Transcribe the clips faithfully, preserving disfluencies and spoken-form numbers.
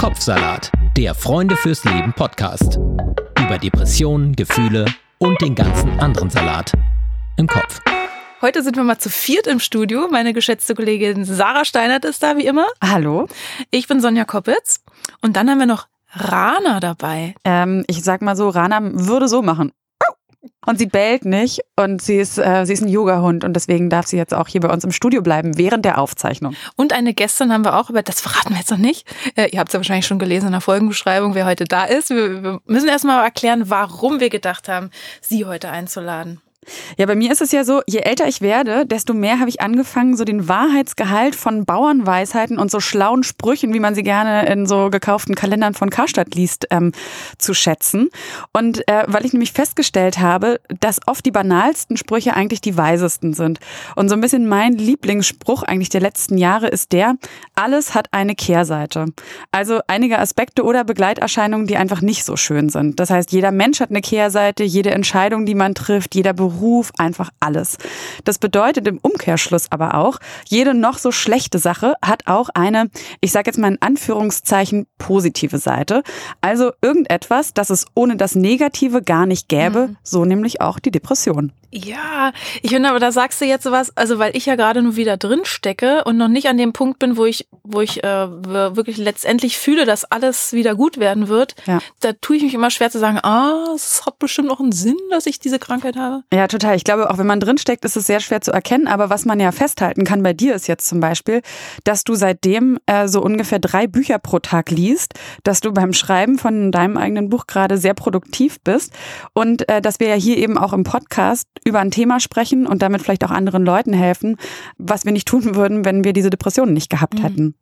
Kopfsalat, der Freunde fürs Leben Podcast. Über Depressionen, Gefühle und den ganzen anderen Salat im Kopf. Heute sind wir mal zu viert im Studio. Meine geschätzte Kollegin Sarah Steinert ist da, wie immer. Hallo. Ich bin Sonja Koppitz. Und dann haben wir noch Rana dabei. Ähm, ich sag mal so, Rana würde so machen. Und sie bellt nicht und sie ist, äh, sie ist ein Yoga-Hund und deswegen darf sie jetzt auch hier bei uns im Studio bleiben während der Aufzeichnung. Und eine Gästin haben wir auch, über das verraten wir jetzt noch nicht. Äh, ihr habt es ja wahrscheinlich schon gelesen in der Folgenbeschreibung, wer heute da ist. Wir, wir müssen erstmal erklären, warum wir gedacht haben, sie heute einzuladen. Ja, bei mir ist es ja so, je älter ich werde, desto mehr habe ich angefangen, so den Wahrheitsgehalt von Bauernweisheiten und so schlauen Sprüchen, wie man sie gerne in so gekauften Kalendern von Karstadt liest, ähm, zu schätzen. Und äh, weil ich nämlich festgestellt habe, dass oft die banalsten Sprüche eigentlich die weisesten sind. Und so ein bisschen mein Lieblingsspruch eigentlich der letzten Jahre ist der: Alles hat eine Kehrseite. Also einige Aspekte oder Begleiterscheinungen, die einfach nicht so schön sind. Das heißt, jeder Mensch hat eine Kehrseite, jede Entscheidung, die man trifft, jeder Beruf, Beruf, einfach alles. Das bedeutet im Umkehrschluss aber auch, jede noch so schlechte Sache hat auch eine, ich sage jetzt mal in Anführungszeichen, positive Seite. Also irgendetwas, das es ohne das Negative gar nicht gäbe, mhm. so nämlich auch die Depression. Ja, ich finde aber, da sagst du jetzt sowas, also weil ich ja gerade nur wieder drin stecke und noch nicht an dem Punkt bin, wo ich wo ich äh, wirklich letztendlich fühle, dass alles wieder gut werden wird. Ja. Da tue ich mich immer schwer zu sagen, ah, es hat bestimmt noch einen Sinn, dass ich diese Krankheit habe. Ja, total. Ich glaube, auch wenn man drin steckt, ist es sehr schwer zu erkennen. Aber was man ja festhalten kann bei dir ist jetzt zum Beispiel, dass du seitdem äh, so ungefähr drei Bücher pro Tag liest, dass du beim Schreiben von deinem eigenen Buch gerade sehr produktiv bist und äh, dass wir ja hier eben auch im Podcast über ein Thema sprechen und damit vielleicht auch anderen Leuten helfen, was wir nicht tun würden, wenn wir diese Depressionen nicht gehabt mhm. hätten.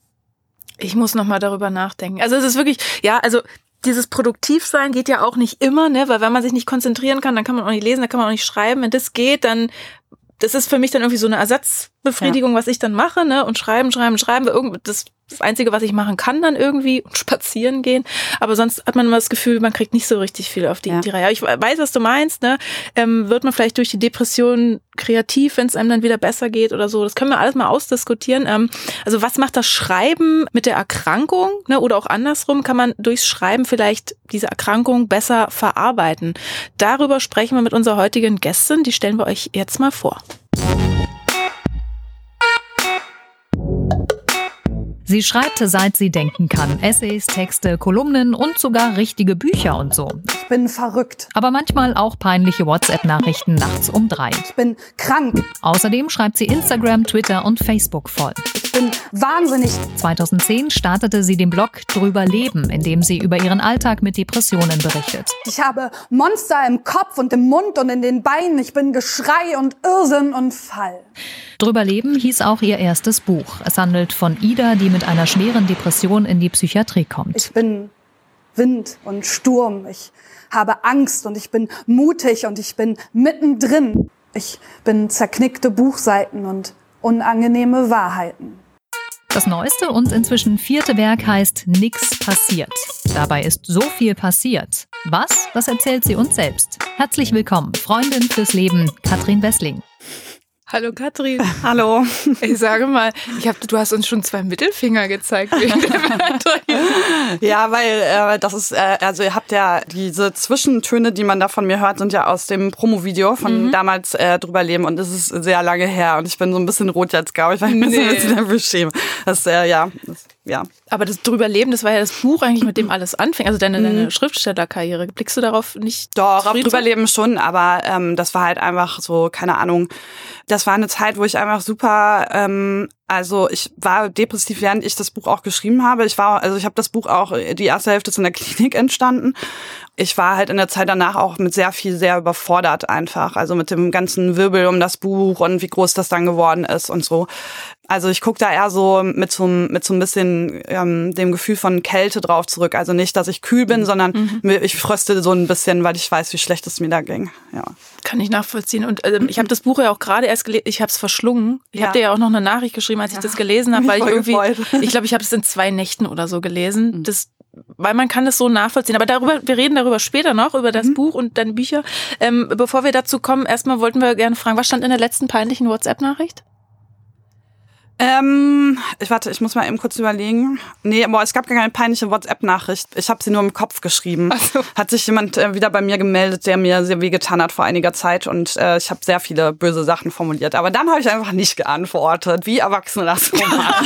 Ich muss noch mal darüber nachdenken. Also es ist wirklich, ja, also dieses Produktivsein geht ja auch nicht immer, ne, weil wenn man sich nicht konzentrieren kann, dann kann man auch nicht lesen, dann kann man auch nicht schreiben. Wenn das geht, dann, das ist für mich dann irgendwie so eine Ersatzbefriedigung, ja. was ich dann mache, ne, und schreiben, schreiben, schreiben, irgend das das Einzige, was ich machen kann dann irgendwie, und spazieren gehen. Aber sonst hat man immer das Gefühl, man kriegt nicht so richtig viel auf die, ja. die Reihe. Ich weiß, was du meinst, ne? Ähm, wird man vielleicht durch die Depression kreativ, wenn es einem dann wieder besser geht oder so. Das können wir alles mal ausdiskutieren. Ähm, also was macht das Schreiben mit der Erkrankung, ne? Oder auch andersrum, kann man durchs Schreiben vielleicht diese Erkrankung besser verarbeiten? Darüber sprechen wir mit unserer heutigen Gästin. Die stellen wir euch jetzt mal vor. Sie schreibt, seit sie denken kann. Essays, Texte, Kolumnen und sogar richtige Bücher und so. Ich bin verrückt. Aber manchmal auch peinliche WhatsApp-Nachrichten nachts um drei. Ich bin krank. Außerdem schreibt sie Instagram, Twitter und Facebook voll. Ich bin wahnsinnig. zweitausendzehn startete sie den Blog Drüber Leben, in dem sie über ihren Alltag mit Depressionen berichtet. Ich habe Monster im Kopf und im Mund und in den Beinen. Ich bin Geschrei und Irrsinn und Fall. Drüber Leben hieß auch ihr erstes Buch. Es handelt von Ida, die mit einer schweren Depression in die Psychiatrie kommt. Ich bin Wind und Sturm. Ich habe Angst und ich bin mutig und ich bin mittendrin. Ich bin zerknickte Buchseiten und unangenehme Wahrheiten. Das neueste und inzwischen vierte Werk heißt Nix passiert. Dabei ist so viel passiert. Was? Das erzählt sie uns selbst. Herzlich willkommen, Freundin fürs Leben, Katrin Wessling. Hallo Katrin. Hallo. Ich sage mal, ich hab, du hast uns schon zwei Mittelfinger gezeigt. Ja, weil äh, das ist, äh, also ihr habt ja diese Zwischentöne, die man da von mir hört, sind ja aus dem Promo-Video von mhm. damals äh, Drüber Leben und es ist sehr lange her und ich bin so ein bisschen rot jetzt, glaube ich, weil ich mich nee. so ein bisschen nervös schäme. Das, äh, ja, das, ja. Aber das Drüber Leben, das war ja das Buch eigentlich, mit dem alles anfing, also deine, mhm. deine Schriftstellerkarriere. Blickst du darauf nicht? Doch, auf Drüber Leben schon, aber ähm, das war halt einfach so, keine Ahnung, das war eine Zeit, wo ich einfach super, ähm, also ich war depressiv, während ich das Buch auch geschrieben habe. Ich war, also ich habe das Buch auch, die erste Hälfte ist in der Klinik entstanden. Ich war halt in der Zeit danach auch mit sehr viel, sehr überfordert einfach. Also mit dem ganzen Wirbel um das Buch und wie groß das dann geworden ist und so. Also ich gucke da eher so mit so, mit so ein bisschen ähm, dem Gefühl von Kälte drauf zurück. Also nicht, dass ich kühl bin, sondern mhm. ich fröste so ein bisschen, weil ich weiß, wie schlecht es mir da ging. Ja. Kann ich nachvollziehen. Und äh, ich habe das Buch ja auch gerade erst gelesen. Ich habe es verschlungen. Ich ja. habe dir ja auch noch eine Nachricht geschrieben, als ich ja. das gelesen habe, weil ich irgendwie, gefreut. ich glaube, ich habe es in zwei Nächten oder so gelesen. Mhm. Das, weil man kann es so nachvollziehen. Aber darüber, wir reden darüber später noch, über das mhm. Buch und deine Bücher. Ähm, bevor wir dazu kommen, erstmal wollten wir gerne fragen, was stand in der letzten peinlichen WhatsApp-Nachricht? Ähm, ich warte, ich muss mal eben kurz überlegen. Nee, boah, es gab gar keine peinliche WhatsApp-Nachricht. Ich habe sie nur im Kopf geschrieben. Ach so. Hat sich jemand äh, wieder bei mir gemeldet, der mir sehr wehgetan hat vor einiger Zeit und äh, ich habe sehr viele böse Sachen formuliert. Aber dann habe ich einfach nicht geantwortet, wie Erwachsene das so machen.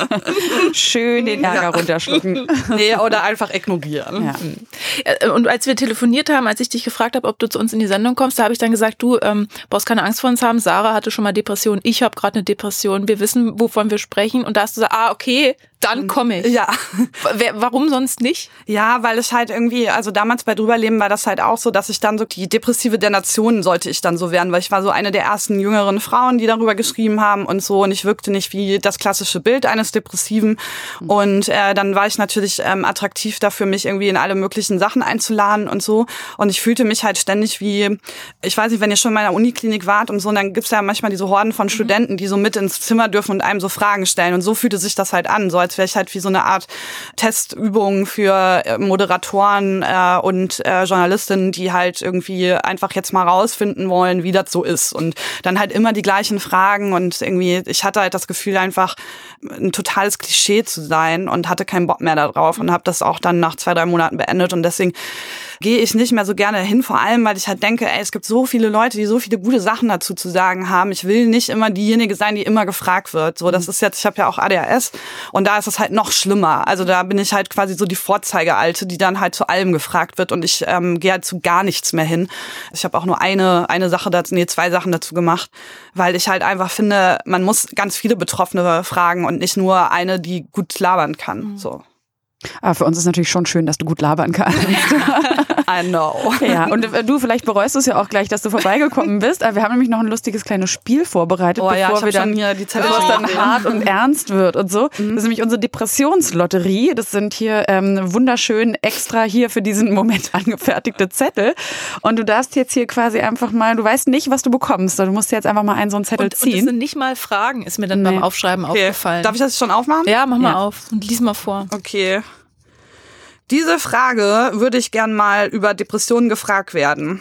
Schön den Ärger ja. runterschlucken. Nee, oder einfach ignorieren. Ja. Und als wir telefoniert haben, als ich dich gefragt habe, ob du zu uns in die Sendung kommst, da habe ich dann gesagt, du ähm, brauchst keine Angst vor uns haben. Sarah hatte schon mal Depression, ich habe gerade eine Depression. Wir wissen, wovon wir sprechen. Und da hast du gesagt, ah, okay, dann komme ich. Ja. Warum sonst nicht? Ja, weil ich halt irgendwie, also damals bei Drüberleben war das halt auch so, dass ich dann so, die Depressive der Nationen sollte ich dann so werden, weil ich war so eine der ersten jüngeren Frauen, die darüber geschrieben haben und so und ich wirkte nicht wie das klassische Bild eines Depressiven und äh, dann war ich natürlich ähm, attraktiv dafür, mich irgendwie in alle möglichen Sachen einzuladen und so und ich fühlte mich halt ständig wie, ich weiß nicht, wenn ihr schon mal in der Uniklinik wart und so, und dann gibt's ja manchmal diese Horden von Studenten, die so mit ins Zimmer dürfen und einem so Fragen stellen und so fühlte sich das halt an, so als wäre ich halt wie so eine Art Testübung für Moderatoren äh, und äh, Journalistinnen, die halt irgendwie einfach jetzt mal rausfinden wollen, wie das so ist. Und dann halt immer die gleichen Fragen und irgendwie, ich hatte halt das Gefühl, einfach ein totales Klischee zu sein und hatte keinen Bock mehr darauf und habe das auch dann nach zwei, drei Monaten beendet und deswegen gehe ich nicht mehr so gerne hin, vor allem, weil ich halt denke, ey, es gibt so viele Leute, die so viele gute Sachen dazu zu sagen haben. Ich will nicht immer diejenige sein, die immer gefragt wird. So, das ist jetzt, ich habe ja auch A D H S und da ist es halt noch schlimmer. Also da bin ich halt quasi so die Vorzeigealte, die dann halt zu allem gefragt wird und ich ähm, gehe halt zu gar nichts mehr hin. Ich habe auch nur eine eine Sache dazu, nee, zwei Sachen dazu gemacht, weil ich halt einfach finde, man muss ganz viele Betroffene fragen und nicht nur eine, die gut labern kann. Mhm. So. Aber für uns ist natürlich schon schön, dass du gut labern kannst. I know. Ja, und du, vielleicht bereust du es ja auch gleich, dass du vorbeigekommen bist. Aber wir haben nämlich noch ein lustiges kleines Spiel vorbereitet, oh, bevor ja, wir dann, hier die bevor es dann hart und ernst wird und so. Mhm. Das ist nämlich unsere Depressionslotterie. Das sind hier ähm, wunderschön extra hier für diesen Moment angefertigte Zettel. Und du darfst jetzt hier quasi einfach mal, du weißt nicht, was du bekommst. Du musst jetzt einfach mal einen so einen Zettel und, ziehen. Und das sind nicht mal Fragen, ist mir dann nee. beim Aufschreiben okay. aufgefallen. Darf ich das schon aufmachen? Ja, mach mal ja. auf und lies mal vor. Okay. Diese Frage würde ich gern mal über Depressionen gefragt werden.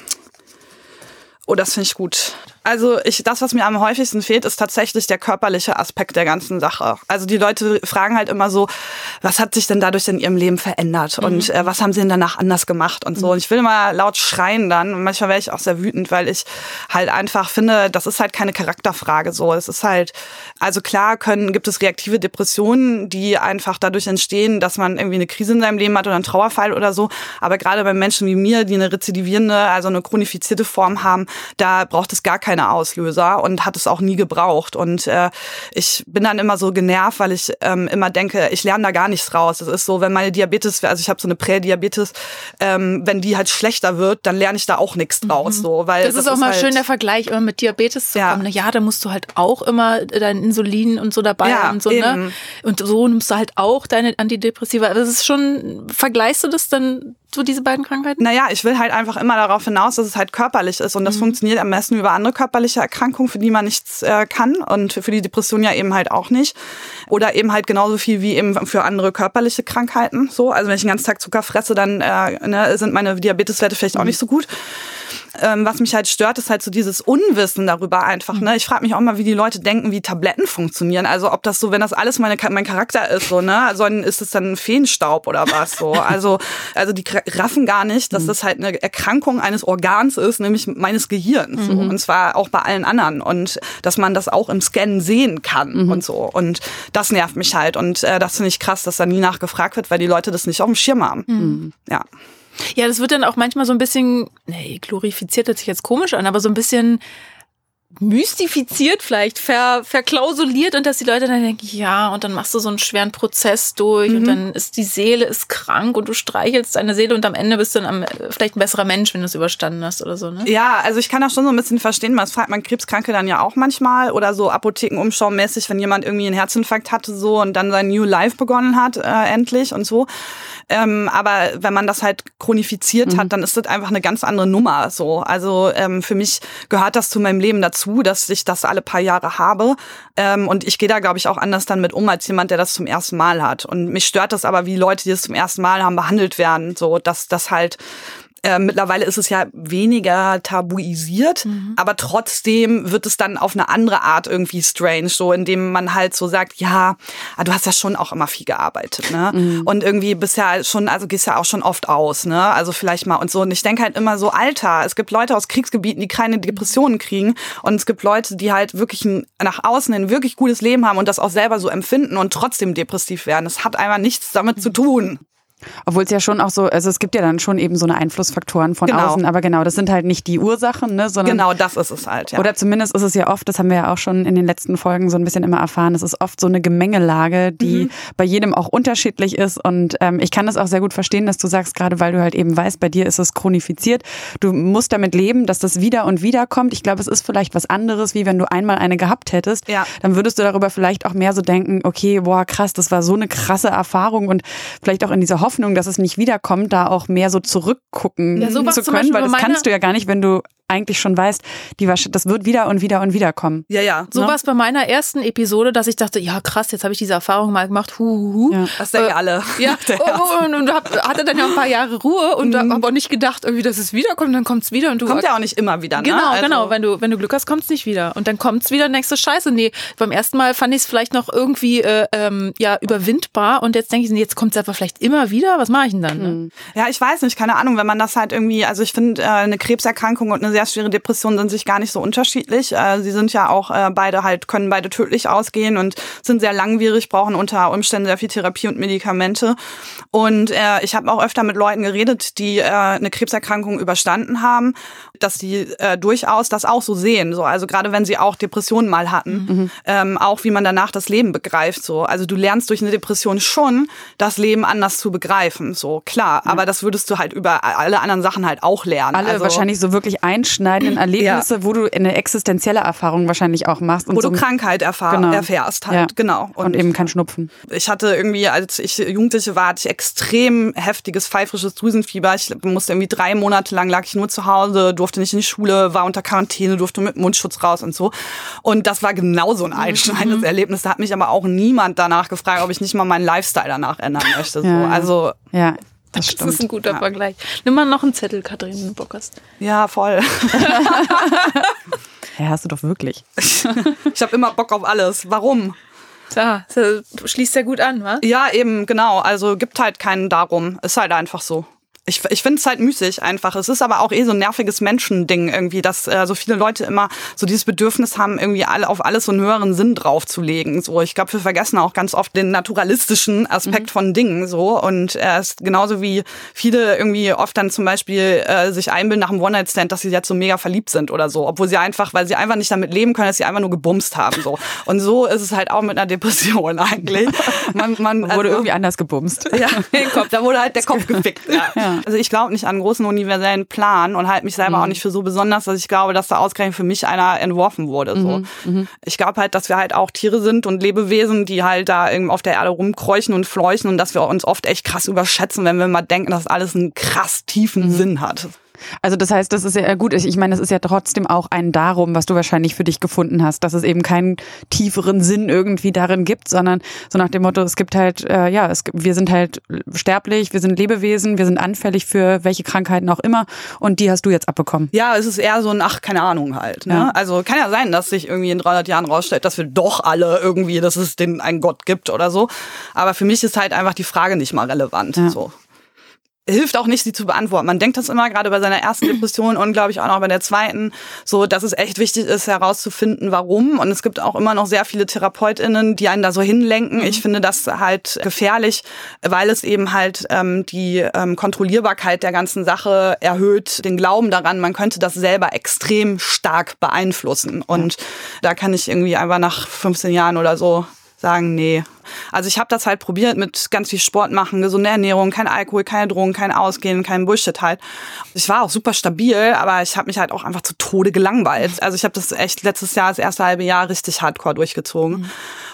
Oh, das finde ich gut. Also ich, das, was mir am häufigsten fehlt, ist tatsächlich der körperliche Aspekt der ganzen Sache. Also die Leute fragen halt immer so, was hat sich denn dadurch in ihrem Leben verändert mhm. und äh, was haben sie denn danach anders gemacht und so. Und ich will immer laut schreien dann und manchmal wäre ich auch sehr wütend, weil ich halt einfach finde, das ist halt keine Charakterfrage so. Es ist halt, also klar können, gibt es reaktive Depressionen, die einfach dadurch entstehen, dass man irgendwie eine Krise in seinem Leben hat oder einen Trauerfall oder so. Aber gerade bei Menschen wie mir, die eine rezidivierende, also eine chronifizierte Form haben, da braucht es gar keine Auslöser und hat es auch nie gebraucht. Und äh, ich bin dann immer so genervt, weil ich ähm, immer denke, ich lerne da gar nichts raus. Es ist so, wenn meine Diabetes, also ich habe so eine Prädiabetes, ähm, wenn die halt schlechter wird, dann lerne ich da auch nichts draus. So, weil das ist das auch ist mal halt schön der Vergleich, immer mit Diabetes zu ja. kommen. Ja, da musst du halt auch immer dein Insulin und so dabei ja, haben. Und so, eben. ne? Und so nimmst du halt auch deine Antidepressiva. Das ist schon, vergleichst du das dann so diese beiden Krankheiten? Naja, ich will halt einfach immer darauf hinaus, dass es halt körperlich ist und das mhm. funktioniert am besten über andere körperliche Erkrankungen, für die man nichts äh, kann und für die Depression ja eben halt auch nicht oder eben halt genauso viel wie eben für andere körperliche Krankheiten. So, also wenn ich den ganzen Tag Zucker fresse, dann äh, ne, sind meine Diabeteswerte vielleicht mhm. auch nicht so gut. Ähm, was mich halt stört, ist halt so dieses Unwissen darüber einfach. Ne? Ich frage mich auch mal, wie die Leute denken, wie Tabletten funktionieren. Also ob das so, wenn das alles meine, mein Charakter ist, so, ne, also ist es dann Feenstaub oder was so. Also, also die raffen gar nicht, dass das halt eine Erkrankung eines Organs ist, nämlich meines Gehirns. So. Mhm. Und zwar auch bei allen anderen. Und dass man das auch im Scan sehen kann mhm. und so. Und das nervt mich halt. Und äh, das finde ich krass, dass da nie nachgefragt wird, weil die Leute das nicht auf dem Schirm haben. Mhm. Ja. Ja, das wird dann auch manchmal so ein bisschen, nee, glorifiziert hört sich jetzt komisch an, aber so ein bisschen mystifiziert vielleicht, ver, verklausuliert und dass die Leute dann denken, ja, und dann machst du so einen schweren Prozess durch mhm. und dann ist die Seele ist krank und du streichelst deine Seele und am Ende bist du dann am, vielleicht ein besserer Mensch, wenn du es überstanden hast oder so, ne? Ja, also ich kann das schon so ein bisschen verstehen, das fragt man Krebskranke dann ja auch manchmal oder so Apothekenumschau-mäßig, wenn jemand irgendwie einen Herzinfarkt hatte so und dann sein New Life begonnen hat, äh, endlich und so. Ähm, aber wenn man das halt chronifiziert mhm. hat, dann ist das einfach eine ganz andere Nummer. So, also ähm, für mich gehört das zu meinem Leben dazu, dass ich das alle paar Jahre habe. Ähm, und ich gehe da, glaube ich, auch anders dann mit um als jemand, der das zum ersten Mal hat. Und mich stört das aber, wie Leute, die das zum ersten Mal haben, behandelt werden. So, dass das halt Äh, mittlerweile ist es ja weniger tabuisiert, mhm. aber trotzdem wird es dann auf eine andere Art irgendwie strange, so indem man halt so sagt, ja, du hast ja schon auch immer viel gearbeitet, ne? Mhm. Und irgendwie bist ja schon, also gehst ja auch schon oft aus, ne? Also vielleicht mal und so. Und ich denke halt immer so, Alter, es gibt Leute aus Kriegsgebieten, die keine Depressionen kriegen und es gibt Leute, die halt wirklich ein, nach außen ein wirklich gutes Leben haben und das auch selber so empfinden und trotzdem depressiv werden. Das hat einfach nichts damit zu tun. Obwohl es ja schon auch so, also es gibt ja dann schon eben so eine Einflussfaktoren von genau. außen, aber genau, das sind halt nicht die Ursachen, ne, sondern genau das ist es halt, ja. Oder zumindest ist es ja oft, das haben wir ja auch schon in den letzten Folgen so ein bisschen immer erfahren, es ist oft so eine Gemengelage, die mhm. bei jedem auch unterschiedlich ist und ähm, ich kann das auch sehr gut verstehen, dass du sagst, gerade weil du halt eben weißt, bei dir ist es chronifiziert, du musst damit leben, dass das wieder und wieder kommt. Ich glaube, es ist vielleicht was anderes, wie wenn du einmal eine gehabt hättest, ja. dann würdest du darüber vielleicht auch mehr so denken, okay, boah, krass, das war so eine krasse Erfahrung und vielleicht auch in dieser Hoffnung, dass es nicht wiederkommt, da auch mehr so zurückgucken ja, zu können, weil das kannst du ja gar nicht, wenn du eigentlich schon weißt, die, das wird wieder und wieder und wieder kommen. Ja, ja. So ne? war es bei meiner ersten Episode, dass ich dachte, ja krass, jetzt habe ich diese Erfahrung mal gemacht. Hu, hu, hu. Ja. Das denken äh, alle. Ja, oh, und, und hab, hatte dann ja ein paar Jahre Ruhe und mhm. habe auch nicht gedacht, irgendwie, dass es wiederkommt, dann kommt es wieder. Und du kommt ja auch nicht immer wieder, ne? Genau, also. genau. Wenn du, wenn du Glück hast, kommt es nicht wieder. Und dann kommt es wieder, nächste Scheiße. Nee, beim ersten Mal fand ich es vielleicht noch irgendwie äh, ähm, ja, überwindbar und jetzt denke ich, jetzt kommt es einfach vielleicht immer wieder. Was mache ich denn dann? Ne? Mhm. Ja, ich weiß nicht, keine Ahnung, wenn man das halt irgendwie, also ich finde, äh, eine Krebserkrankung und eine sehr schwere Depression sind sich gar nicht so unterschiedlich. Äh, sie sind ja auch äh, beide halt, können beide tödlich ausgehen und sind sehr langwierig, brauchen unter Umständen sehr viel Therapie und Medikamente. Und äh, ich habe auch öfter mit Leuten geredet, die äh, eine Krebserkrankung überstanden haben, dass die äh, durchaus das auch so sehen. So, also gerade wenn sie auch Depressionen mal hatten, mhm. ähm, auch wie man danach das Leben begreift. So, also du lernst durch eine Depression schon, das Leben anders zu begreifen. So klar, mhm. aber das würdest du halt über alle anderen Sachen halt auch lernen. Alle also, wahrscheinlich so wirklich einschneidenden Erlebnisse. Ja. Wo du eine existenzielle Erfahrung wahrscheinlich auch machst. Und wo so du Krankheit erfahr- genau. erfährst halt, ja. genau. Und, und eben kein Schnupfen. Ich hatte irgendwie, als ich Jugendliche war, hatte ich extrem heftiges pfeifrisches Drüsenfieber. Ich musste irgendwie drei Monate lang, lag ich nur zu Hause, durfte nicht in die Schule, war unter Quarantäne, durfte mit Mundschutz raus und so. Und das war genau so ein einschneidendes mhm. Erlebnis. Da hat mich aber auch niemand danach gefragt, ob ich nicht mal meinen Lifestyle danach ändern möchte. So. Ja. Also ja. Das, das ist ein guter ja. Vergleich. Nimm mal noch einen Zettel, Katrin, wenn du Bock hast. Ja, voll. Ja, hast du doch wirklich. Ich habe immer Bock auf alles. Warum? Tja, das schließt sehr gut an, wa? Ja, eben, genau. Also gibt halt keinen Darum. Ist halt einfach so. Ich, ich finde es halt müßig einfach. Es ist aber auch eh so ein nerviges Menschending irgendwie, dass äh, so viele Leute immer so dieses Bedürfnis haben, irgendwie alle auf alles so einen höheren Sinn draufzulegen. So, ich glaube, wir vergessen auch ganz oft den naturalistischen Aspekt mhm. von Dingen. So und äh, es ist genauso wie viele irgendwie oft dann zum Beispiel äh, sich einbilden nach einem One-Night-Stand, dass sie jetzt so mega verliebt sind oder so, obwohl sie einfach, weil sie einfach nicht damit leben können, dass sie einfach nur gebumst haben. So und so ist es halt auch mit einer Depression eigentlich. Man, man wurde also, irgendwie anders gebumst. Ja, den Kopf, da wurde halt der Kopf gefickt. Ja. Ja. Also ich glaube nicht an einen großen universellen Plan und halte mich selber mhm. auch nicht für so besonders, dass ich glaube, dass da ausgerechnet für mich einer entworfen wurde. So. Mhm. Ich glaube halt, dass wir halt auch Tiere sind und Lebewesen, die halt da irgendwie auf der Erde rumkreuchen und fleuchen und dass wir uns oft echt krass überschätzen, wenn wir mal denken, dass alles einen krass tiefen mhm. Sinn hat. Also das heißt, das ist ja gut. Ich meine, das ist ja trotzdem auch ein Darum, was du wahrscheinlich für dich gefunden hast, dass es eben keinen tieferen Sinn irgendwie darin gibt, sondern so nach dem Motto, es gibt halt, äh, ja, es gibt, wir sind halt sterblich, wir sind Lebewesen, wir sind anfällig für welche Krankheiten auch immer und die hast du jetzt abbekommen. Ja, es ist eher so ein, ach, keine Ahnung halt. Ne? Ja. Also kann ja sein, dass sich irgendwie in dreihundert Jahren rausstellt, dass wir doch alle irgendwie, dass es den einen Gott gibt oder so. Aber für mich ist halt einfach die Frage nicht mal relevant. Ja. So. Hilft auch nicht, sie zu beantworten. Man denkt das immer, gerade bei seiner ersten Depression und glaube ich auch noch bei der zweiten, so, dass es echt wichtig ist, herauszufinden, warum. Und es gibt auch immer noch sehr viele TherapeutInnen, die einen da so hinlenken. Mhm. Ich finde das halt gefährlich, weil es eben halt ähm, die ähm, Kontrollierbarkeit der ganzen Sache erhöht, den Glauben daran, man könnte das selber extrem stark beeinflussen. Und ja. da kann ich irgendwie einfach nach fünfzehn Jahren oder so sagen, nee. Also ich habe das halt probiert mit ganz viel Sport machen, gesunde Ernährung, kein Alkohol, keine Drogen, kein Ausgehen, kein Bullshit halt. Ich war auch super stabil, aber ich habe mich halt auch einfach zu Tode gelangweilt. Also ich habe das echt letztes Jahr, das erste halbe Jahr richtig hardcore durchgezogen. Mhm.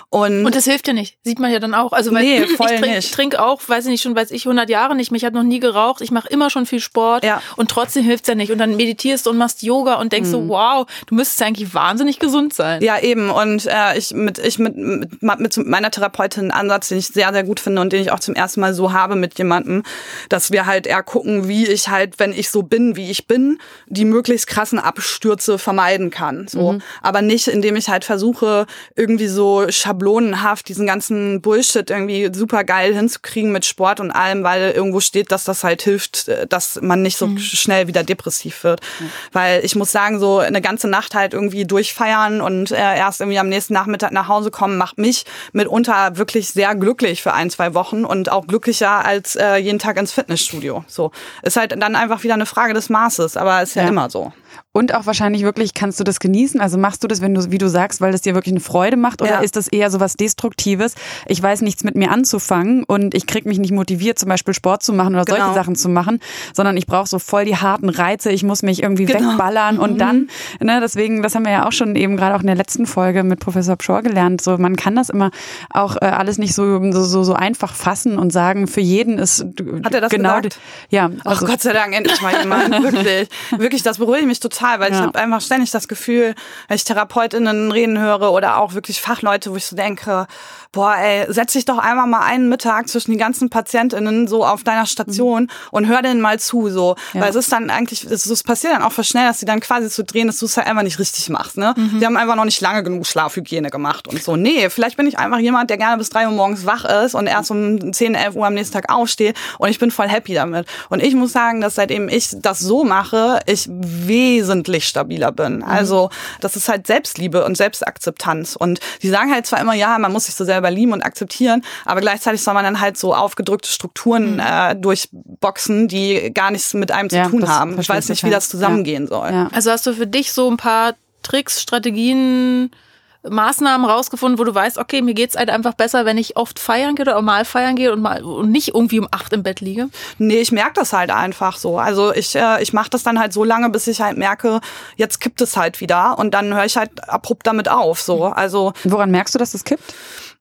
Und, und das hilft ja nicht, sieht man ja dann auch. Also weil nee, voll ich trinke nicht. trink auch, weiß ich nicht, schon weiß ich hundert Jahre nicht mehr, ich habe noch nie geraucht, ich mache immer schon viel Sport ja. und trotzdem hilft's ja nicht. Und dann meditierst du und machst Yoga und denkst mhm. so, wow, du müsstest eigentlich wahnsinnig gesund sein. Ja, eben. Und äh, ich mit ich mit, mit mit meiner Therapeutin einen Ansatz, den ich sehr, sehr gut finde und den ich auch zum ersten Mal so habe mit jemandem, dass wir halt eher gucken, wie ich halt, wenn ich so bin, wie ich bin, die möglichst krassen Abstürze vermeiden kann. So. Mhm. Aber nicht, indem ich halt versuche, irgendwie so schablonenhaft diesen ganzen Bullshit irgendwie super geil hinzukriegen mit Sport und allem, weil irgendwo steht, dass das halt hilft, dass man nicht so mhm. schnell wieder depressiv wird. Mhm. Weil ich muss sagen, so eine ganze Nacht halt irgendwie durchfeiern und äh, erst irgendwie am nächsten Nachmittag nach Hause kommen, macht mich mitunter wirklich sehr glücklich für ein, zwei Wochen und auch glücklicher als äh, jeden Tag ins Fitnessstudio. So. Ist halt dann einfach wieder eine Frage des Maßes, aber ist ja, ja immer so. Und auch wahrscheinlich wirklich, kannst du das genießen? Also machst du das, wenn du, wie du sagst, weil das dir wirklich eine Freude macht? Oder ja. ist das eher so was Destruktives? Ich weiß nichts mit mir anzufangen und ich krieg mich nicht motiviert, zum Beispiel Sport zu machen oder genau. solche Sachen zu machen, sondern ich brauche so voll die harten Reize. Ich muss mich irgendwie genau. wegballern und mhm. dann, ne, deswegen, das haben wir ja auch schon eben gerade auch in der letzten Folge mit Professor Pschorr gelernt. So, man kann das immer auch äh, alles nicht so, so, so einfach fassen und sagen, für jeden ist Hat er das genau, gesagt? Ja. Also, Ach Gott sei Dank, endlich mal jemand. Wirklich. Wirklich, das beruhigt mich total, weil ja. ich habe einfach ständig das Gefühl, wenn ich TherapeutInnen reden höre oder auch wirklich Fachleute, wo ich so denke, boah, ey, setz dich doch einmal mal einen Mittag zwischen die ganzen PatientInnen so auf deiner Station mhm. und hör denen mal zu, so. Ja. Weil es ist dann eigentlich, es, es passiert dann auch voll schnell, dass sie dann quasi zu drehen, dass du es halt einfach nicht richtig machst, ne? Mhm. Die haben einfach noch nicht lange genug Schlafhygiene gemacht und so. Nee, vielleicht bin ich einfach jemand, der gerne bis drei Uhr morgens wach ist und erst um zehn, elf Uhr am nächsten Tag aufsteht und ich bin voll happy damit. Und ich muss sagen, dass seitdem ich das so mache, ich wesentlich stabiler bin. Mhm. Also, das ist halt Selbstliebe und Selbstakzeptanz. Und die sagen halt zwar immer, ja, man muss sich so selber lieben und akzeptieren, aber gleichzeitig soll man dann halt so aufgedrückte Strukturen mhm. äh, durchboxen, die gar nichts mit einem zu ja, tun haben. Ich weiß nicht, wie das zusammengehen ja. soll. Ja. Also hast du für dich so ein paar Tricks, Strategien, Maßnahmen rausgefunden, wo du weißt, okay, mir geht's halt einfach besser, wenn ich oft feiern gehe oder mal feiern gehe und mal und nicht irgendwie um acht im Bett liege? Nee, ich merke das halt einfach so. Also ich äh, ich mache das dann halt so lange, bis ich halt merke, jetzt kippt es halt wieder und dann höre ich halt abrupt damit auf. So, also woran merkst du, dass es kippt?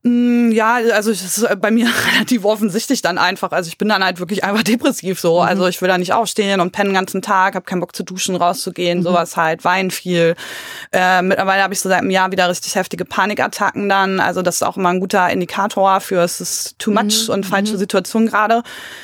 Ja, also es ist bei mir relativ offensichtlich dann einfach. Also ich bin dann halt wirklich einfach depressiv so. Mhm. Also ich will da nicht aufstehen und pennen den ganzen Tag, habe keinen Bock zu duschen, rauszugehen, mhm. sowas halt, wein viel. Äh, mittlerweile habe ich so seit einem Jahr wieder richtig heftige Panikattacken dann. Also das ist auch immer ein guter Indikator für, es ist too much mhm. und falsche Situation gerade.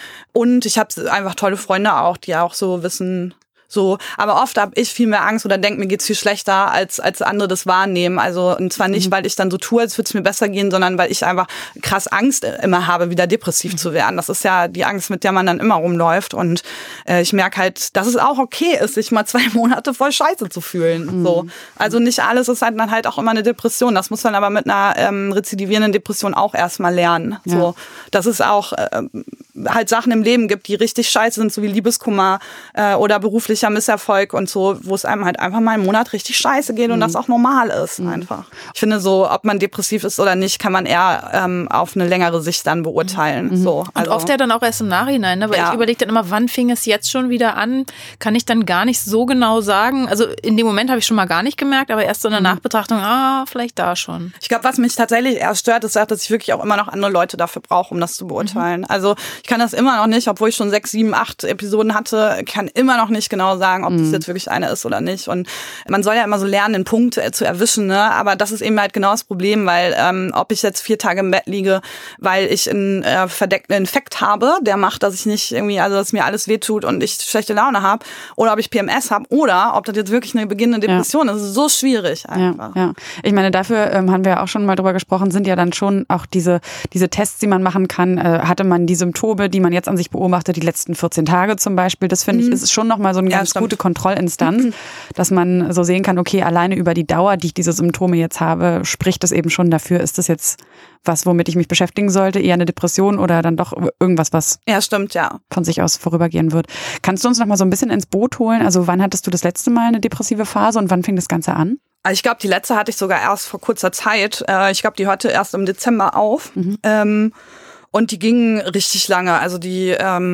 Und ich habe einfach tolle Freunde auch, die auch so wissen, so, aber oft habe ich viel mehr Angst oder denke, mir geht's viel schlechter, als als andere das wahrnehmen. Also und zwar nicht, mhm. weil ich dann so tue, als würde es mir besser gehen, sondern weil ich einfach krass Angst immer habe, wieder depressiv mhm. zu werden. Das ist ja die Angst, mit der man dann immer rumläuft. Und äh, ich merke halt, dass es auch okay ist, sich mal zwei Monate voll scheiße zu fühlen. Mhm. So, also nicht alles ist halt dann halt auch immer eine Depression. Das muss man aber mit einer ähm, rezidivierenden Depression auch erstmal lernen. Ja. So, dass es auch äh, halt Sachen im Leben gibt, die richtig scheiße sind, so wie Liebeskummer äh, oder beruflicher Misserfolg und so, wo es einem halt einfach mal einen Monat richtig scheiße geht und mhm. das auch normal ist mhm. einfach. Ich finde so, ob man depressiv ist oder nicht, kann man eher ähm, auf eine längere Sicht dann beurteilen. Mhm. So, also. Und oft ja dann auch erst im Nachhinein, ne? Weil ja. ich überlege dann immer, wann fing es jetzt schon wieder an? Kann ich dann gar nicht so genau sagen. Also in dem Moment habe ich schon mal gar nicht gemerkt, aber erst so in der mhm. Nachbetrachtung, ah, vielleicht da schon. Ich glaube, was mich tatsächlich eher stört, ist, dass ich wirklich auch immer noch andere Leute dafür brauche, um das zu beurteilen. Mhm. Also ich kann das immer noch nicht, obwohl ich schon sechs, sieben, acht Episoden hatte, kann immer noch nicht genau sagen, ob mhm. das jetzt wirklich eine ist oder nicht. Und man soll ja immer so lernen, den Punkt äh, zu erwischen, ne? Aber das ist eben halt genau das Problem, weil ähm, ob ich jetzt vier Tage im Bett liege, weil ich einen äh, verdeckten Infekt habe, der macht, dass ich nicht irgendwie, also dass mir alles wehtut und ich schlechte Laune habe, oder ob ich P M S habe, oder ob das jetzt wirklich eine beginnende Depression ja. ist. Das ist so schwierig einfach. Ja, ja. Ich meine, dafür ähm, haben wir ja auch schon mal drüber gesprochen, sind ja dann schon auch diese, diese Tests, die man machen kann. Äh, hatte man die Symptome, die man jetzt an sich beobachtet, die letzten vierzehn Tage zum Beispiel, das finde mhm. ich, ist schon nochmal so eine ganz ja, gute Kontrollinstanz, dass man so sehen kann, okay, alleine über die Dauer, die ich diese Symptome jetzt habe, spricht es eben schon dafür, ist das jetzt was, womit ich mich beschäftigen sollte, eher eine Depression oder dann doch irgendwas, was ja, stimmt, ja. von sich aus vorübergehen wird. Kannst du uns noch mal so ein bisschen ins Boot holen? Also wann hattest du das letzte Mal eine depressive Phase und wann fing das Ganze an? Ich glaube, die letzte hatte ich sogar erst vor kurzer Zeit. Ich glaube, die hörte erst im Dezember auf. Mhm. Ähm, und die ging richtig lange. Also die ähm,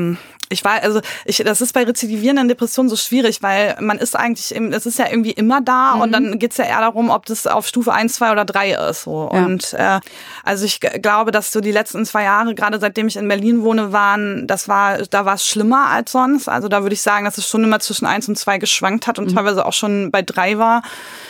Ich war, also ich, das ist bei rezidivierenden Depressionen so schwierig, weil man ist eigentlich, es ist ja irgendwie immer da mhm. und dann geht's ja eher darum, ob das auf Stufe eins, zwei oder drei ist. So. Ja. Und äh, also ich g- glaube, dass so die letzten zwei Jahre, gerade seitdem ich in Berlin wohne, waren, das war, da war es schlimmer als sonst. Also da würde ich sagen, dass es schon immer zwischen eins und zwei geschwankt hat und mhm. teilweise auch schon bei drei war.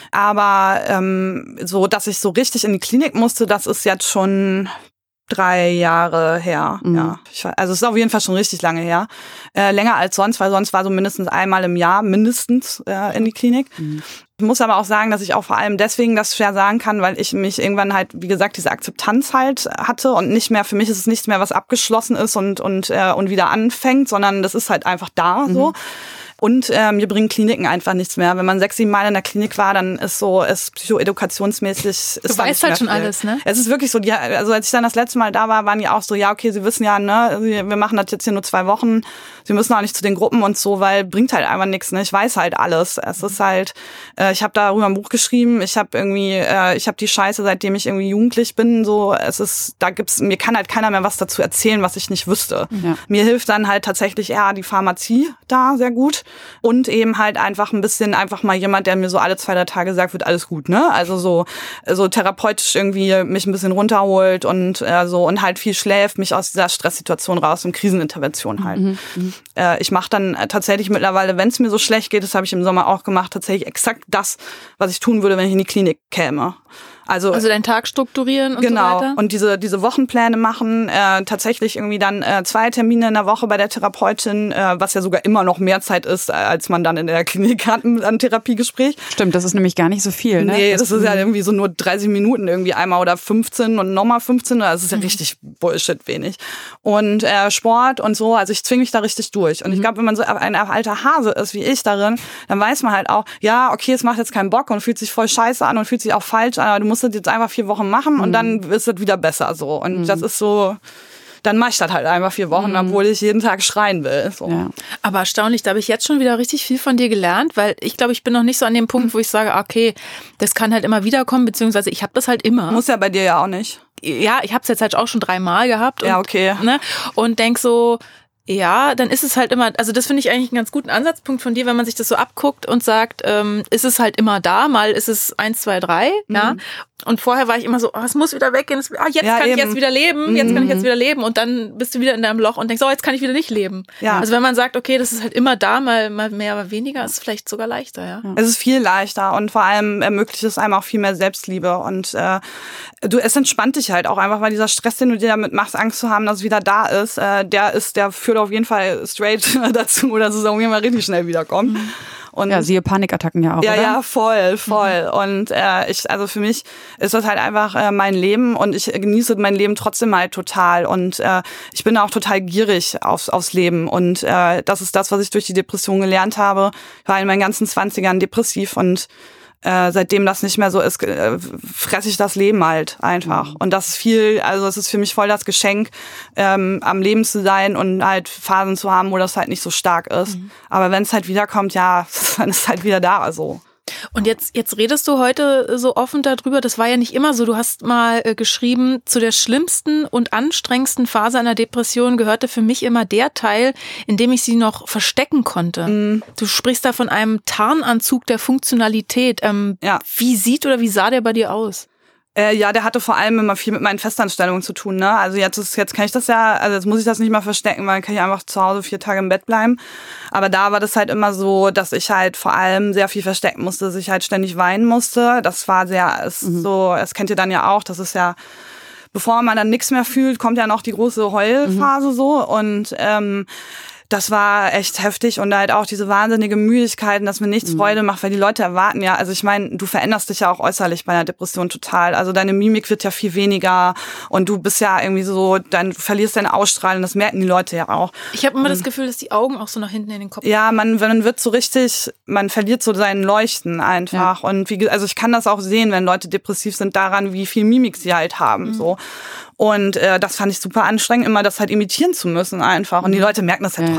Aber ähm, so, dass ich so richtig in die Klinik musste, das ist jetzt schon drei Jahre her. Mhm. Ja, ich, also es ist auf jeden Fall schon richtig lange her. Äh, länger als sonst, weil sonst war so mindestens einmal im Jahr mindestens äh, in die Klinik. Mhm. Ich muss aber auch sagen, dass ich auch vor allem deswegen das schwer sagen kann, weil ich mich irgendwann halt, wie gesagt, diese Akzeptanz halt hatte und nicht mehr, für mich ist es nichts mehr, was abgeschlossen ist und und äh, und wieder anfängt, sondern das ist halt einfach da so. Mhm. Und äh, mir bringen Kliniken einfach nichts mehr. Wenn man sechs, sieben Mal in der Klinik war, dann ist so, ist psychoedukationsmäßig. Ist du weißt halt schon viel. Alles, ne? Es ist wirklich so, die, also als ich dann das letzte Mal da war, waren die auch so, ja, okay, sie wissen ja, ne, wir machen das jetzt hier nur zwei Wochen, sie müssen auch nicht zu den Gruppen und so, weil bringt halt einfach nichts, ne? Ich weiß halt alles. Es ist halt, äh, ich habe darüber ein Buch geschrieben, ich habe irgendwie, äh, ich habe die Scheiße, seitdem ich irgendwie jugendlich bin, so, es ist, da gibt's, mir kann halt keiner mehr was dazu erzählen, was ich nicht wüsste. Ja. Mir hilft dann halt tatsächlich eher die Pharmazie da sehr gut. Und eben halt einfach ein bisschen, einfach mal jemand, der mir so alle zwei, drei Tage sagt, wird alles gut, ne? Also so, so therapeutisch irgendwie mich ein bisschen runterholt und äh, so und halt viel schläft, mich aus dieser Stresssituation raus und Krisenintervention halt. Mhm. Äh, ich mache dann tatsächlich mittlerweile, wenn es mir so schlecht geht, das habe ich im Sommer auch gemacht, tatsächlich exakt das, was ich tun würde, wenn ich in die Klinik käme. Also, also deinen Tag strukturieren und genau, so weiter? Genau, und diese diese Wochenpläne machen, äh, tatsächlich irgendwie dann äh, zwei Termine in der Woche bei der Therapeutin, äh, was ja sogar immer noch mehr Zeit ist, als man dann in der Klinik hat, an Therapiegespräch. Stimmt, das ist nämlich gar nicht so viel, ne? Nee, das, das ist ja irgendwie so nur dreißig Minuten irgendwie einmal oder fünfzehn und nochmal fünfzehn, das ist ja mhm. richtig Bullshit wenig. Und äh, Sport und so, also ich zwinge mich da richtig durch. Und mhm. ich glaube, wenn man so ein alter Hase ist wie ich darin, dann weiß man halt auch, ja, okay, es macht jetzt keinen Bock und fühlt sich voll scheiße an und fühlt sich auch falsch an, aber du musst das jetzt einfach vier Wochen machen und mhm. dann ist es wieder besser so. Und mhm. das ist so, dann mach ich das halt einfach vier Wochen, mhm. obwohl ich jeden Tag schreien will. So. Ja. Aber erstaunlich, da habe ich jetzt schon wieder richtig viel von dir gelernt, weil ich glaube, ich bin noch nicht so an dem Punkt, wo ich sage, okay, das kann halt immer wieder kommen, beziehungsweise ich habe das halt immer. Muss ja bei dir ja auch nicht. Ja, ich habe es jetzt halt auch schon dreimal gehabt. Und, ja, okay. Ne, und denk so, ja, dann ist es halt immer, also das finde ich eigentlich einen ganz guten Ansatzpunkt von dir, wenn man sich das so abguckt und sagt, ähm, ist es halt immer da, mal ist es eins, zwei, drei, mhm. ja. Und vorher war ich immer so, oh, es muss wieder weggehen, es, oh, jetzt ja, kann eben. ich jetzt wieder leben, jetzt mhm. kann ich jetzt wieder leben und dann bist du wieder in deinem Loch und denkst, oh, jetzt kann ich wieder nicht leben. Ja. Also wenn man sagt, okay, das ist halt immer da, mal, mal mehr, mal weniger, ist es vielleicht sogar leichter, ja. Es ist viel leichter und vor allem ermöglicht es einem auch viel mehr Selbstliebe und äh, du, es entspannt dich halt auch einfach, weil dieser Stress, den du dir damit machst, Angst zu haben, dass es wieder da ist, äh, der ist, der führt auf jeden Fall straight dazu, dass es irgendwie mal richtig schnell wiederkommt. Mhm. Und ja, siehe Panikattacken ja auch, ja, oder? Ja, voll, voll. Mhm. Und äh, ich, also für mich ist das halt einfach äh, mein Leben und ich genieße mein Leben trotzdem halt total und äh, ich bin auch total gierig aufs, aufs Leben und äh, das ist das, was ich durch die Depression gelernt habe. Ich war in meinen ganzen zwanzigern depressiv und Äh, seitdem das nicht mehr so ist, äh, fresse ich das Leben halt einfach. Mhm. Und das ist viel, also es ist für mich voll das Geschenk, ähm, am Leben zu sein und halt Phasen zu haben, wo das halt nicht so stark ist. Mhm. Aber wenn es halt wiederkommt, ja, dann ist es halt wieder da, also. Und jetzt, jetzt redest du heute so offen darüber, das war ja nicht immer so. Du hast mal äh, geschrieben, zu der schlimmsten und anstrengendsten Phase einer Depression gehörte für mich immer der Teil, in dem ich sie noch verstecken konnte. Mm. Du sprichst da von einem Tarnanzug der Funktionalität. Ähm, ja. Wie sieht oder wie sah der bei dir aus? Äh, ja, der hatte vor allem immer viel mit meinen Festanstellungen zu tun, ne? Also jetzt ist, jetzt kann ich das ja, also jetzt muss ich das nicht mal verstecken, weil dann kann ich einfach zu Hause vier Tage im Bett bleiben. Aber da war das halt immer so, dass ich halt vor allem sehr viel verstecken musste, dass ich halt ständig weinen musste. Das war sehr, ist mhm. so, das kennt ihr dann ja auch, das ist ja, bevor man dann nichts mehr fühlt, kommt ja noch die große Heulphase mhm. so und ähm, das war echt heftig und halt auch diese wahnsinnige Müdigkeit, dass mir nichts mhm. Freude macht, weil die Leute erwarten ja, also ich meine, du veränderst dich ja auch äußerlich bei einer Depression total, also deine Mimik wird ja viel weniger und du bist ja irgendwie so, dann du verlierst deine Ausstrahlung, das merken die Leute ja auch. Ich habe immer und, das Gefühl, dass die Augen auch so nach hinten in den Kopf Ja, man, man wird so richtig, man verliert so seinen Leuchten einfach ja. und wie, also ich kann das auch sehen, wenn Leute depressiv sind, daran, wie viel Mimik sie halt haben, mhm. so. Und äh, das fand ich super anstrengend, immer das halt imitieren zu müssen einfach. Und die Leute merken das halt ja.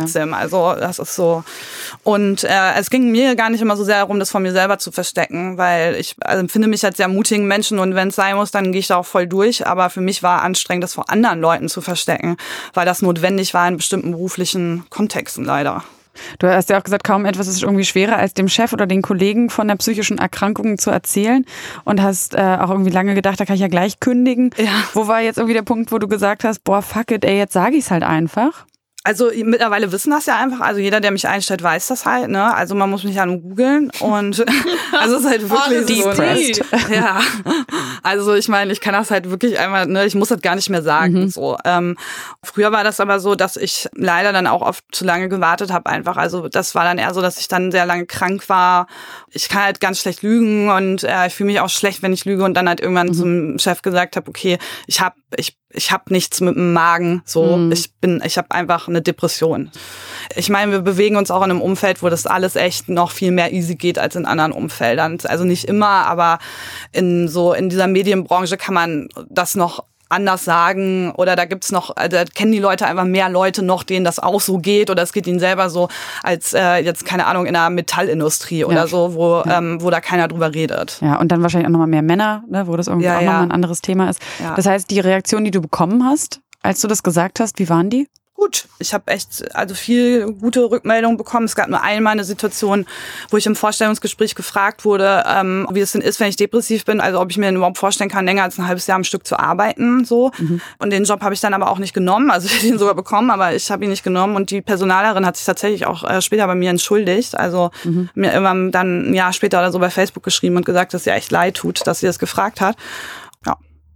trotzdem. Ja. Also das ist so. Und äh, es ging mir gar nicht immer so sehr darum, das von mir selber zu verstecken, weil ich also, empfinde mich als sehr mutigen Menschen und wenn es sein muss, dann gehe ich da auch voll durch. Aber für mich war anstrengend, das vor anderen Leuten zu verstecken, weil das notwendig war in bestimmten beruflichen Kontexten leider. Du hast ja auch gesagt, kaum etwas ist irgendwie schwerer, als dem Chef oder den Kollegen von der psychischen Erkrankung zu erzählen und hast äh, auch irgendwie lange gedacht, da kann ich ja gleich kündigen. Ja. Wo war jetzt irgendwie der Punkt, wo du gesagt hast, boah, fuck it, ey, jetzt sage ich es halt einfach? Also mittlerweile wissen das ja einfach, also jeder, der mich einstellt, weiß das halt, ne? Also man muss mich ja nur googeln und also es ist halt wirklich oh, so. Ne? Ja, also ich meine, ich kann das halt wirklich einmal, ne, ich muss das gar nicht mehr sagen. Mhm. So. Ähm, früher war das aber so, dass ich leider dann auch oft zu lange gewartet habe einfach. Also das war dann eher so, dass ich dann sehr lange krank war. Ich kann halt ganz schlecht lügen und äh, ich fühle mich auch schlecht, wenn ich lüge und dann halt irgendwann mhm. zum Chef gesagt habe, okay, ich habe ich ich habe nichts mit dem Magen, so mhm. ich bin ich habe einfach eine Depression. Ich meine, wir bewegen uns auch in einem Umfeld, wo das alles echt noch viel mehr easy geht als in anderen Umfeldern. Also nicht immer, aber in so in dieser Medienbranche kann man das noch anders sagen oder da gibt's noch, da kennen die Leute einfach mehr Leute noch, denen das auch so geht oder es geht ihnen selber so als äh, jetzt, keine Ahnung, in der Metallindustrie oder ja. so, wo ja. ähm, wo da keiner drüber redet. Ja, und dann wahrscheinlich auch nochmal mehr Männer, ne, wo das irgendwie ja, auch ja. nochmal ein anderes Thema ist. Ja. Das heißt, die Reaktion, die du bekommen hast, als du das gesagt hast, wie waren die? Gut, ich habe echt also viel gute Rückmeldungen bekommen. Es gab nur einmal eine Situation, wo ich im Vorstellungsgespräch gefragt wurde, ähm, wie es denn ist, wenn ich depressiv bin, also ob ich mir denn überhaupt vorstellen kann, länger als ein halbes Jahr am Stück zu arbeiten. So. Mhm. Und den Job habe ich dann aber auch nicht genommen. Also ich hätte ihn sogar bekommen, aber ich habe ihn nicht genommen. Und die Personalerin hat sich tatsächlich auch äh, später bei mir entschuldigt. Also mhm. mir irgendwann dann ein Jahr später oder so bei Facebook geschrieben und gesagt, dass sie echt leid tut, dass sie das gefragt hat. Ja.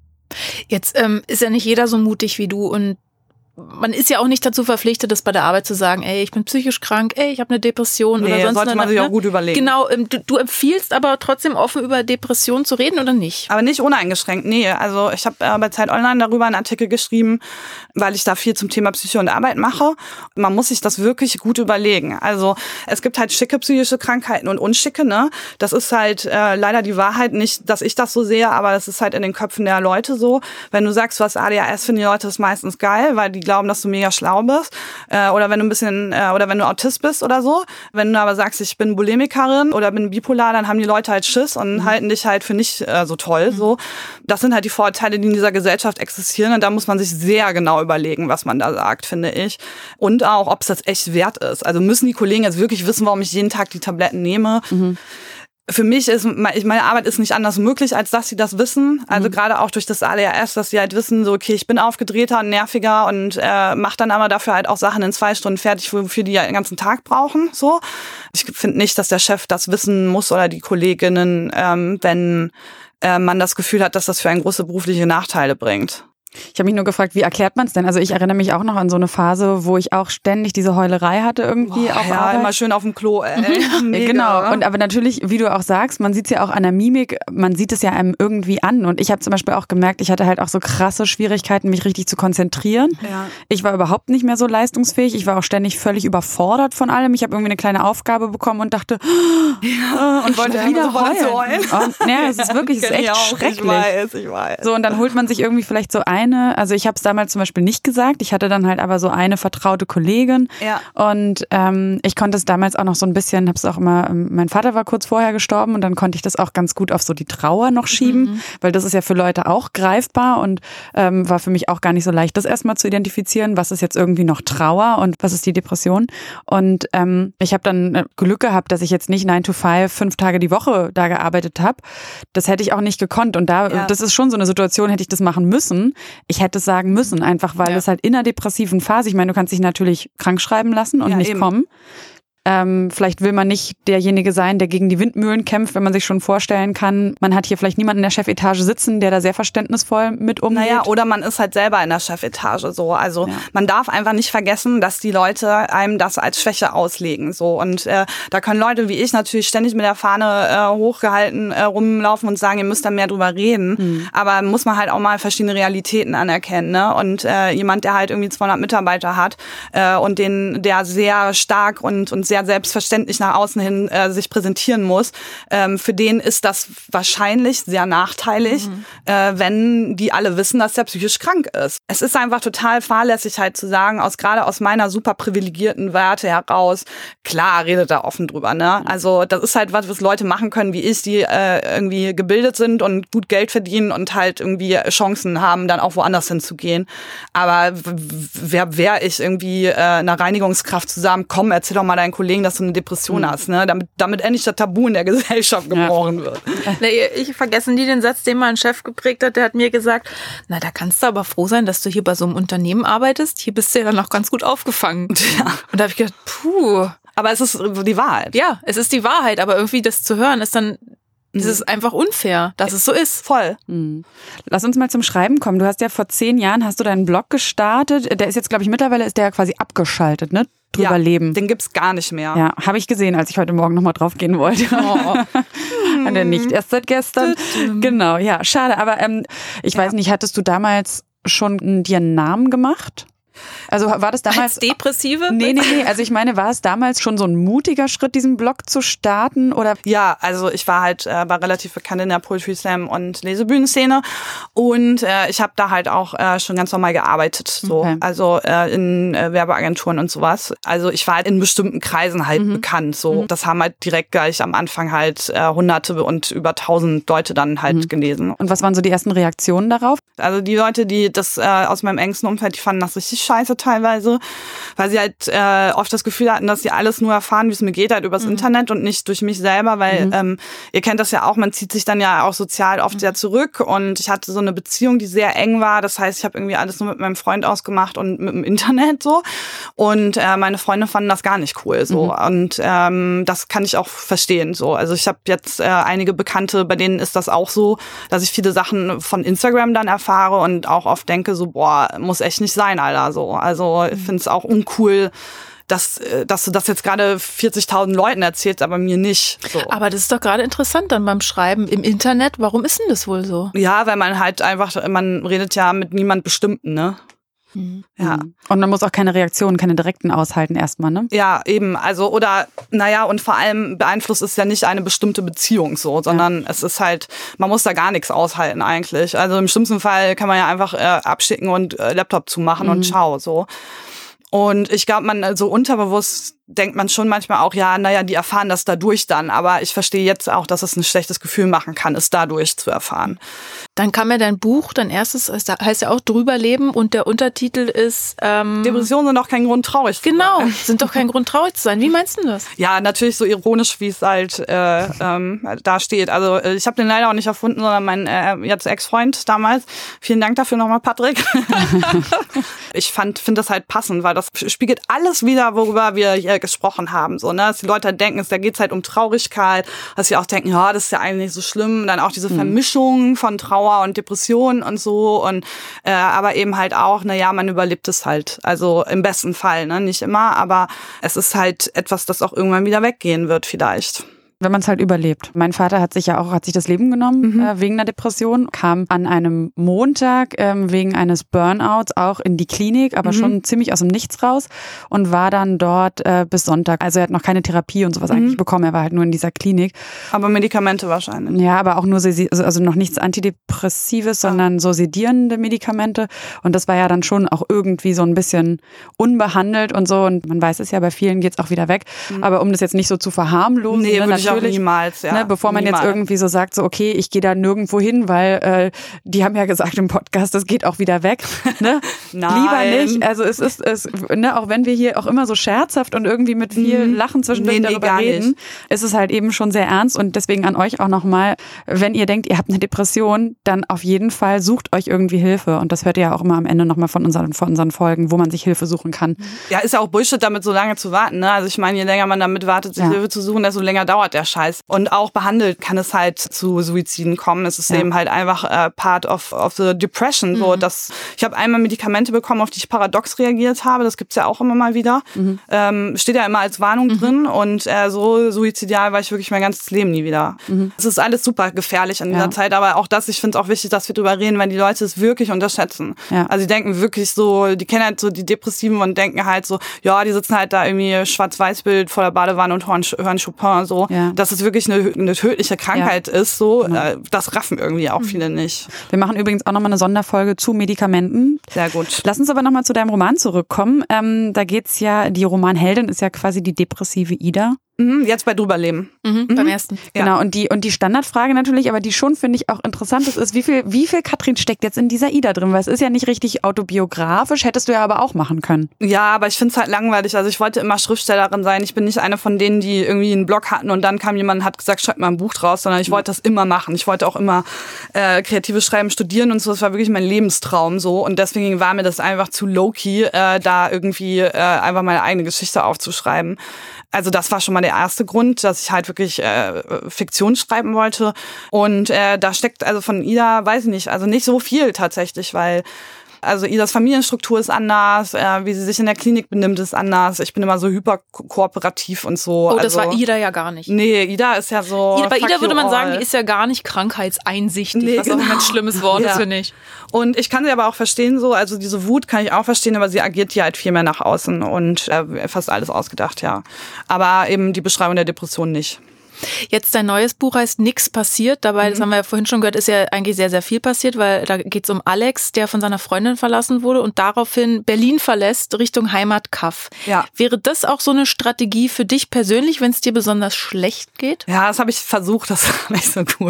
Jetzt ähm, ist ja nicht jeder so mutig wie du und man ist ja auch nicht dazu verpflichtet, das bei der Arbeit zu sagen, ey, ich bin psychisch krank, ey, ich habe eine Depression nee, oder sonst sollte man eine, sich auch gut überlegen. Genau, du, du empfiehlst aber trotzdem offen über Depressionen zu reden oder nicht? Aber nicht uneingeschränkt, nee. Also ich habe äh, bei Zeit Online darüber einen Artikel geschrieben, weil ich da viel zum Thema Psyche und Arbeit mache. Man muss sich das wirklich gut überlegen. Also es gibt halt schicke psychische Krankheiten und unschicke, ne? Das ist halt äh, leider die Wahrheit, nicht, dass ich das so sehe, aber das ist halt in den Köpfen der Leute so. Wenn du sagst, du hast A D H S, finden die Leute das meistens geil, weil die glauben, dass du mega schlau bist. Äh, oder wenn du ein bisschen, äh, oder wenn du Autist bist oder so. Wenn du aber sagst, ich bin Bulimikerin oder bin bipolar, dann haben die Leute halt Schiss und mhm. halten dich halt für nicht äh, so toll. Mhm. So. Das sind halt die Vorurteile, die in dieser Gesellschaft existieren und da muss man sich sehr genau überlegen, was man da sagt, finde ich. Und auch, ob es das echt wert ist. Also müssen die Kollegen jetzt wirklich wissen, warum ich jeden Tag die Tabletten nehme? Mhm. Für mich ist, meine Arbeit ist nicht anders möglich, als dass sie das wissen. Also mhm. gerade auch durch das A D H S, dass sie halt wissen, so okay, ich bin aufgedrehter und nerviger und äh, mache dann aber dafür halt auch Sachen in zwei Stunden fertig, wofür die ja den ganzen Tag brauchen. So, ich finde nicht, dass der Chef das wissen muss oder die Kolleginnen, ähm, wenn äh, man das Gefühl hat, dass das für einen große berufliche Nachteile bringt. Ich habe mich nur gefragt, wie erklärt man es denn? Also ich erinnere mich auch noch an so eine Phase, wo ich auch ständig diese Heulerei hatte irgendwie Boah, auf ja, Arbeit. Immer schön auf dem Klo, ey. Mega. Genau. Und aber natürlich, wie du auch sagst, man sieht es ja auch an der Mimik, man sieht es ja einem irgendwie an. Und ich habe zum Beispiel auch gemerkt, ich hatte halt auch so krasse Schwierigkeiten, mich richtig zu konzentrieren. Ja. Ich war überhaupt nicht mehr so leistungsfähig. Ich war auch ständig völlig überfordert von allem. Ich habe irgendwie eine kleine Aufgabe bekommen und dachte, ja, und wollte wieder heulen. Und, ja, es ist wirklich, es ist echt schrecklich. Ich weiß, ich weiß. So, und dann holt man sich irgendwie vielleicht so ein Also ich habe es damals zum Beispiel nicht gesagt. Ich hatte dann halt aber so eine vertraute Kollegin. Ja. Und ähm, ich konnte es damals auch noch so ein bisschen, habe es auch immer, mein Vater war kurz vorher gestorben und dann konnte ich das auch ganz gut auf so die Trauer noch schieben, mhm. weil das ist ja für Leute auch greifbar und ähm, war für mich auch gar nicht so leicht, das erstmal zu identifizieren, was ist jetzt irgendwie noch Trauer und was ist die Depression. Und ähm, ich habe dann Glück gehabt, dass ich jetzt nicht nine to five, fünf Tage die Woche da gearbeitet habe. Das hätte ich auch nicht gekonnt. Und da, ja. das ist schon so eine Situation, hätte ich das machen müssen. Ich hätte es sagen müssen, einfach weil ja. es halt in einer depressiven Phase, ich meine, du kannst dich natürlich krank schreiben lassen und ja, nicht eben. kommen. Ähm, vielleicht will man nicht derjenige sein, der gegen die Windmühlen kämpft, wenn man sich schon vorstellen kann, man hat hier vielleicht niemanden in der Chefetage sitzen, der da sehr verständnisvoll mit umgeht. Naja, oder man ist halt selber in der Chefetage so. Also ja. man darf einfach nicht vergessen, dass die Leute einem das als Schwäche auslegen. So. Und äh, da können Leute wie ich natürlich ständig mit der Fahne äh, hochgehalten äh, rumlaufen und sagen, ihr müsst da mehr drüber reden. Mhm. Aber muss man halt auch mal verschiedene Realitäten anerkennen. Ne? Und äh, jemand, der halt irgendwie zweihundert Mitarbeiter hat äh, und den, der sehr stark und, und sehr sehr selbstverständlich nach außen hin äh, sich präsentieren muss, ähm, für den ist das wahrscheinlich sehr nachteilig, mhm. äh, wenn die alle wissen, dass der psychisch krank ist. Es ist einfach total fahrlässig halt zu sagen, aus gerade aus meiner super privilegierten Warte heraus, klar, redet da offen drüber, ne? Also das ist halt was, was Leute machen können wie ich, die äh, irgendwie gebildet sind und gut Geld verdienen und halt irgendwie Chancen haben, dann auch woanders hinzugehen. Aber wer wäre ich irgendwie äh, einer Reinigungskraft zusammen, komm, erzähl doch mal deinen Kollegen, dass du eine Depression mhm. hast, ne? Damit, damit endlich das Tabu in der Gesellschaft gebrochen ja. wird. Nee, ich vergesse nie den Satz, den mein Chef geprägt hat, der hat mir gesagt, na, da kannst du aber froh sein, dass du hier bei so einem Unternehmen arbeitest. Hier bist du ja dann auch ganz gut aufgefangen. Ja. Und da habe ich gedacht, puh. Aber es ist die Wahrheit. Ja, es ist die Wahrheit, aber irgendwie das zu hören ist dann, das ist einfach unfair, dass es so ist. Voll. Mhm. Lass uns mal zum Schreiben kommen. Du hast ja vor zehn Jahren, hast du deinen Blog gestartet. Der ist jetzt, glaube ich, mittlerweile ist der quasi abgeschaltet, ne? Drüber ja, leben. Den gibt's gar nicht mehr. Ja, habe ich gesehen, als ich heute Morgen nochmal drauf gehen wollte. Oh. Hat er nicht erst seit gestern. Genau, ja, schade. Aber ähm, ich ja. weiß nicht, hattest du damals schon dir einen Namen gemacht? Also war das damals... Als Depressive? Nee, nee, nee. Also ich meine, war es damals schon so ein mutiger Schritt, diesen Blog zu starten? Oder? Ja, also ich war halt äh, war relativ bekannt in der Poetry Slam und Lesebühnenszene und äh, ich habe da halt auch äh, schon ganz normal gearbeitet, so okay. also äh, in äh, Werbeagenturen und sowas. Also ich war halt in bestimmten Kreisen halt mhm. bekannt. So, mhm. das haben halt direkt gleich am Anfang halt äh, Hunderte und über tausend Leute dann halt mhm. gelesen. Und was waren so die ersten Reaktionen darauf? Also die Leute, die das äh, aus meinem engsten Umfeld, die fanden das richtig scheiße teilweise, weil sie halt äh, oft das Gefühl hatten, dass sie alles nur erfahren, wie es mir geht, halt übers mhm. Internet und nicht durch mich selber, weil mhm. ähm, ihr kennt das ja auch, man zieht sich dann ja auch sozial oft mhm. sehr zurück und ich hatte so eine Beziehung, die sehr eng war, das heißt, ich habe irgendwie alles nur mit meinem Freund ausgemacht und mit dem Internet so und äh, meine Freunde fanden das gar nicht cool so mhm. und ähm, das kann ich auch verstehen so. Also ich habe jetzt äh, einige Bekannte, bei denen ist das auch so, dass ich viele Sachen von Instagram dann erfahre und auch oft denke so, boah, muss echt nicht sein, Alter, so. Also ich finde es auch uncool, dass, dass du das jetzt gerade vierzigtausend Leuten erzählst, aber mir nicht. So. Aber das ist doch gerade interessant dann beim Schreiben im Internet. Warum ist denn das wohl so? Ja, weil man halt einfach, man redet ja mit niemand Bestimmten, ne? Mhm. Ja. Und man muss auch keine Reaktionen, keine direkten aushalten erstmal, ne? Ja, eben. Also, oder, naja, und vor allem beeinflusst es ja nicht eine bestimmte Beziehung so, sondern ja. es ist halt, man muss da gar nichts aushalten eigentlich. Also im schlimmsten Fall kann man ja einfach äh, abschicken und äh, Laptop zumachen mhm. und ciao, so. Und ich glaube, man so also unterbewusst denkt man schon manchmal auch, ja, naja, die erfahren das dadurch dann. Aber ich verstehe jetzt auch, dass es ein schlechtes Gefühl machen kann, es dadurch zu erfahren. Dann kam ja dein Buch, dein erstes, heißt ja auch Drüber leben und der Untertitel ist... Ähm Depressionen sind doch kein Grund, traurig zu genau, sein. Genau, sind doch kein Grund, traurig zu sein. Wie meinst du das? Ja, natürlich so ironisch, wie es halt äh, ähm, da steht. Also ich habe den leider auch nicht erfunden, sondern mein äh, jetzt Ex-Freund damals. Vielen Dank dafür nochmal, Patrick. Ich fand, finde das halt passend, weil das spiegelt alles wieder, worüber wir hier gesprochen haben, so, ne, dass die Leute halt denken, da geht's halt um Traurigkeit, dass sie auch denken, ja, das ist ja eigentlich nicht so schlimm, und dann auch diese mhm. Vermischung von Trauer und Depression und so und äh, aber eben halt auch, na ja, man überlebt es halt, also im besten Fall, ne, nicht immer, aber es ist halt etwas, das auch irgendwann wieder weggehen wird vielleicht. Wenn man es halt überlebt. Mein Vater hat sich ja auch, hat sich das Leben genommen mhm. äh, wegen einer Depression, kam an einem Montag ähm, wegen eines Burnouts auch in die Klinik, aber mhm. schon ziemlich aus dem Nichts raus und war dann dort äh, bis Sonntag. Also er hat noch keine Therapie und sowas mhm. eigentlich bekommen, er war halt nur in dieser Klinik. Aber Medikamente wahrscheinlich. Ja, aber auch nur, also noch nichts Antidepressives, ah. sondern so sedierende Medikamente und das war ja dann schon auch irgendwie so ein bisschen unbehandelt und so und man weiß es ja, bei vielen geht's auch wieder weg. Mhm. Aber um das jetzt nicht so zu verharmlosen, nee, ne, auch niemals, ja. Ne, bevor man niemals. jetzt irgendwie so sagt, so okay, ich gehe da nirgendwo hin, weil äh, die haben ja gesagt im Podcast, das geht auch wieder weg. Ne? Nein. Lieber nicht. Also es ist, es, ne, auch wenn wir hier auch immer so scherzhaft und irgendwie mit viel Lachen zwischendurch nee, nee, darüber reden, nicht. Ist es halt eben schon sehr ernst und deswegen an euch auch nochmal, wenn ihr denkt, ihr habt eine Depression, dann auf jeden Fall sucht euch irgendwie Hilfe und das hört ihr ja auch immer am Ende nochmal von unseren, von unseren Folgen, wo man sich Hilfe suchen kann. Ja, ist ja auch Bullshit, damit so lange zu warten. Ne? Also ich meine, je länger man damit wartet, sich ja. Hilfe zu suchen, desto länger dauert der Scheiß. Und auch behandelt kann es halt zu Suiziden kommen. Es ist ja. eben halt einfach äh, part of, of the depression. Mhm. So, dass ich habe einmal Medikamente bekommen, auf die ich paradox reagiert habe. Das gibt's ja auch immer mal wieder. Mhm. Ähm, steht ja immer als Warnung mhm. drin. Und äh, so suizidial war ich wirklich mein ganzes Leben nie wieder. Mhm. Es ist alles super gefährlich in dieser ja. Zeit. Aber auch das, ich finde es auch wichtig, dass wir drüber reden, weil die Leute es wirklich unterschätzen. Ja. Also die denken wirklich so, die kennen halt so die Depressiven und denken halt so, ja, die sitzen halt da irgendwie Schwarz-Weiß-Bild vor der Badewanne und hören, hören Chopin so. Ja. Dass es wirklich eine, eine tödliche Krankheit ja. ist, so. Genau. Äh, das raffen irgendwie auch mhm. viele nicht. Wir machen übrigens auch nochmal eine Sonderfolge zu Medikamenten. Sehr gut. Lass uns aber nochmal zu deinem Roman zurückkommen. Ähm, da geht's ja, die Romanheldin ist ja quasi die depressive Ida. Mhm, jetzt bei Drüberleben. Mhm, mhm. Beim ersten. Genau, ja. und die und die Standardfrage natürlich, aber die schon, finde ich, auch interessant ist, ist, wie viel, wie viel Katrin steckt jetzt in dieser Ida drin? Weil es ist ja nicht richtig autobiografisch, hättest du ja aber auch machen können. Ja, aber ich finde es halt langweilig. Also ich wollte immer Schriftstellerin sein. Ich bin nicht eine von denen, die irgendwie einen Blog hatten und dann kam jemand und hat gesagt, schreib mal ein Buch draus, sondern ich mhm. wollte das immer machen. Ich wollte auch immer äh, kreatives Schreiben studieren und so. Das war wirklich mein Lebenstraum so. Und deswegen war mir das einfach zu low-key, äh, da irgendwie äh, einfach meine eigene Geschichte aufzuschreiben. Also das war schon mal der erste Grund, dass ich halt wirklich äh, Fiktion schreiben wollte. Und äh, da steckt also von Ida, weiß ich nicht, also nicht so viel tatsächlich, weil also Idas Familienstruktur ist anders, äh, wie sie sich in der Klinik benimmt, ist anders. Ich bin immer so hyperkooperativ und so. Oh, das also, war Ida ja gar nicht. Nee, Ida ist ja so... Ida, bei Ida würde man all. sagen, die ist ja gar nicht krankheitseinsichtig, nee, was genau. auch ein ganz schlimmes Wort ja. ist, finde ich. Und ich kann sie aber auch verstehen so, also diese Wut kann ich auch verstehen, aber sie agiert ja halt viel mehr nach außen und äh, fast alles ausgedacht, ja. Aber eben die Beschreibung der Depression nicht. Jetzt dein neues Buch heißt Nix passiert. Dabei, mhm. das haben wir ja vorhin schon gehört, ist ja eigentlich sehr, sehr viel passiert, weil da geht es um Alex, der von seiner Freundin verlassen wurde und daraufhin Berlin verlässt Richtung Heimatkaff. Ja. Wäre das auch so eine Strategie für dich persönlich, wenn es dir besonders schlecht geht? Ja, das habe ich versucht, das war nicht so gut.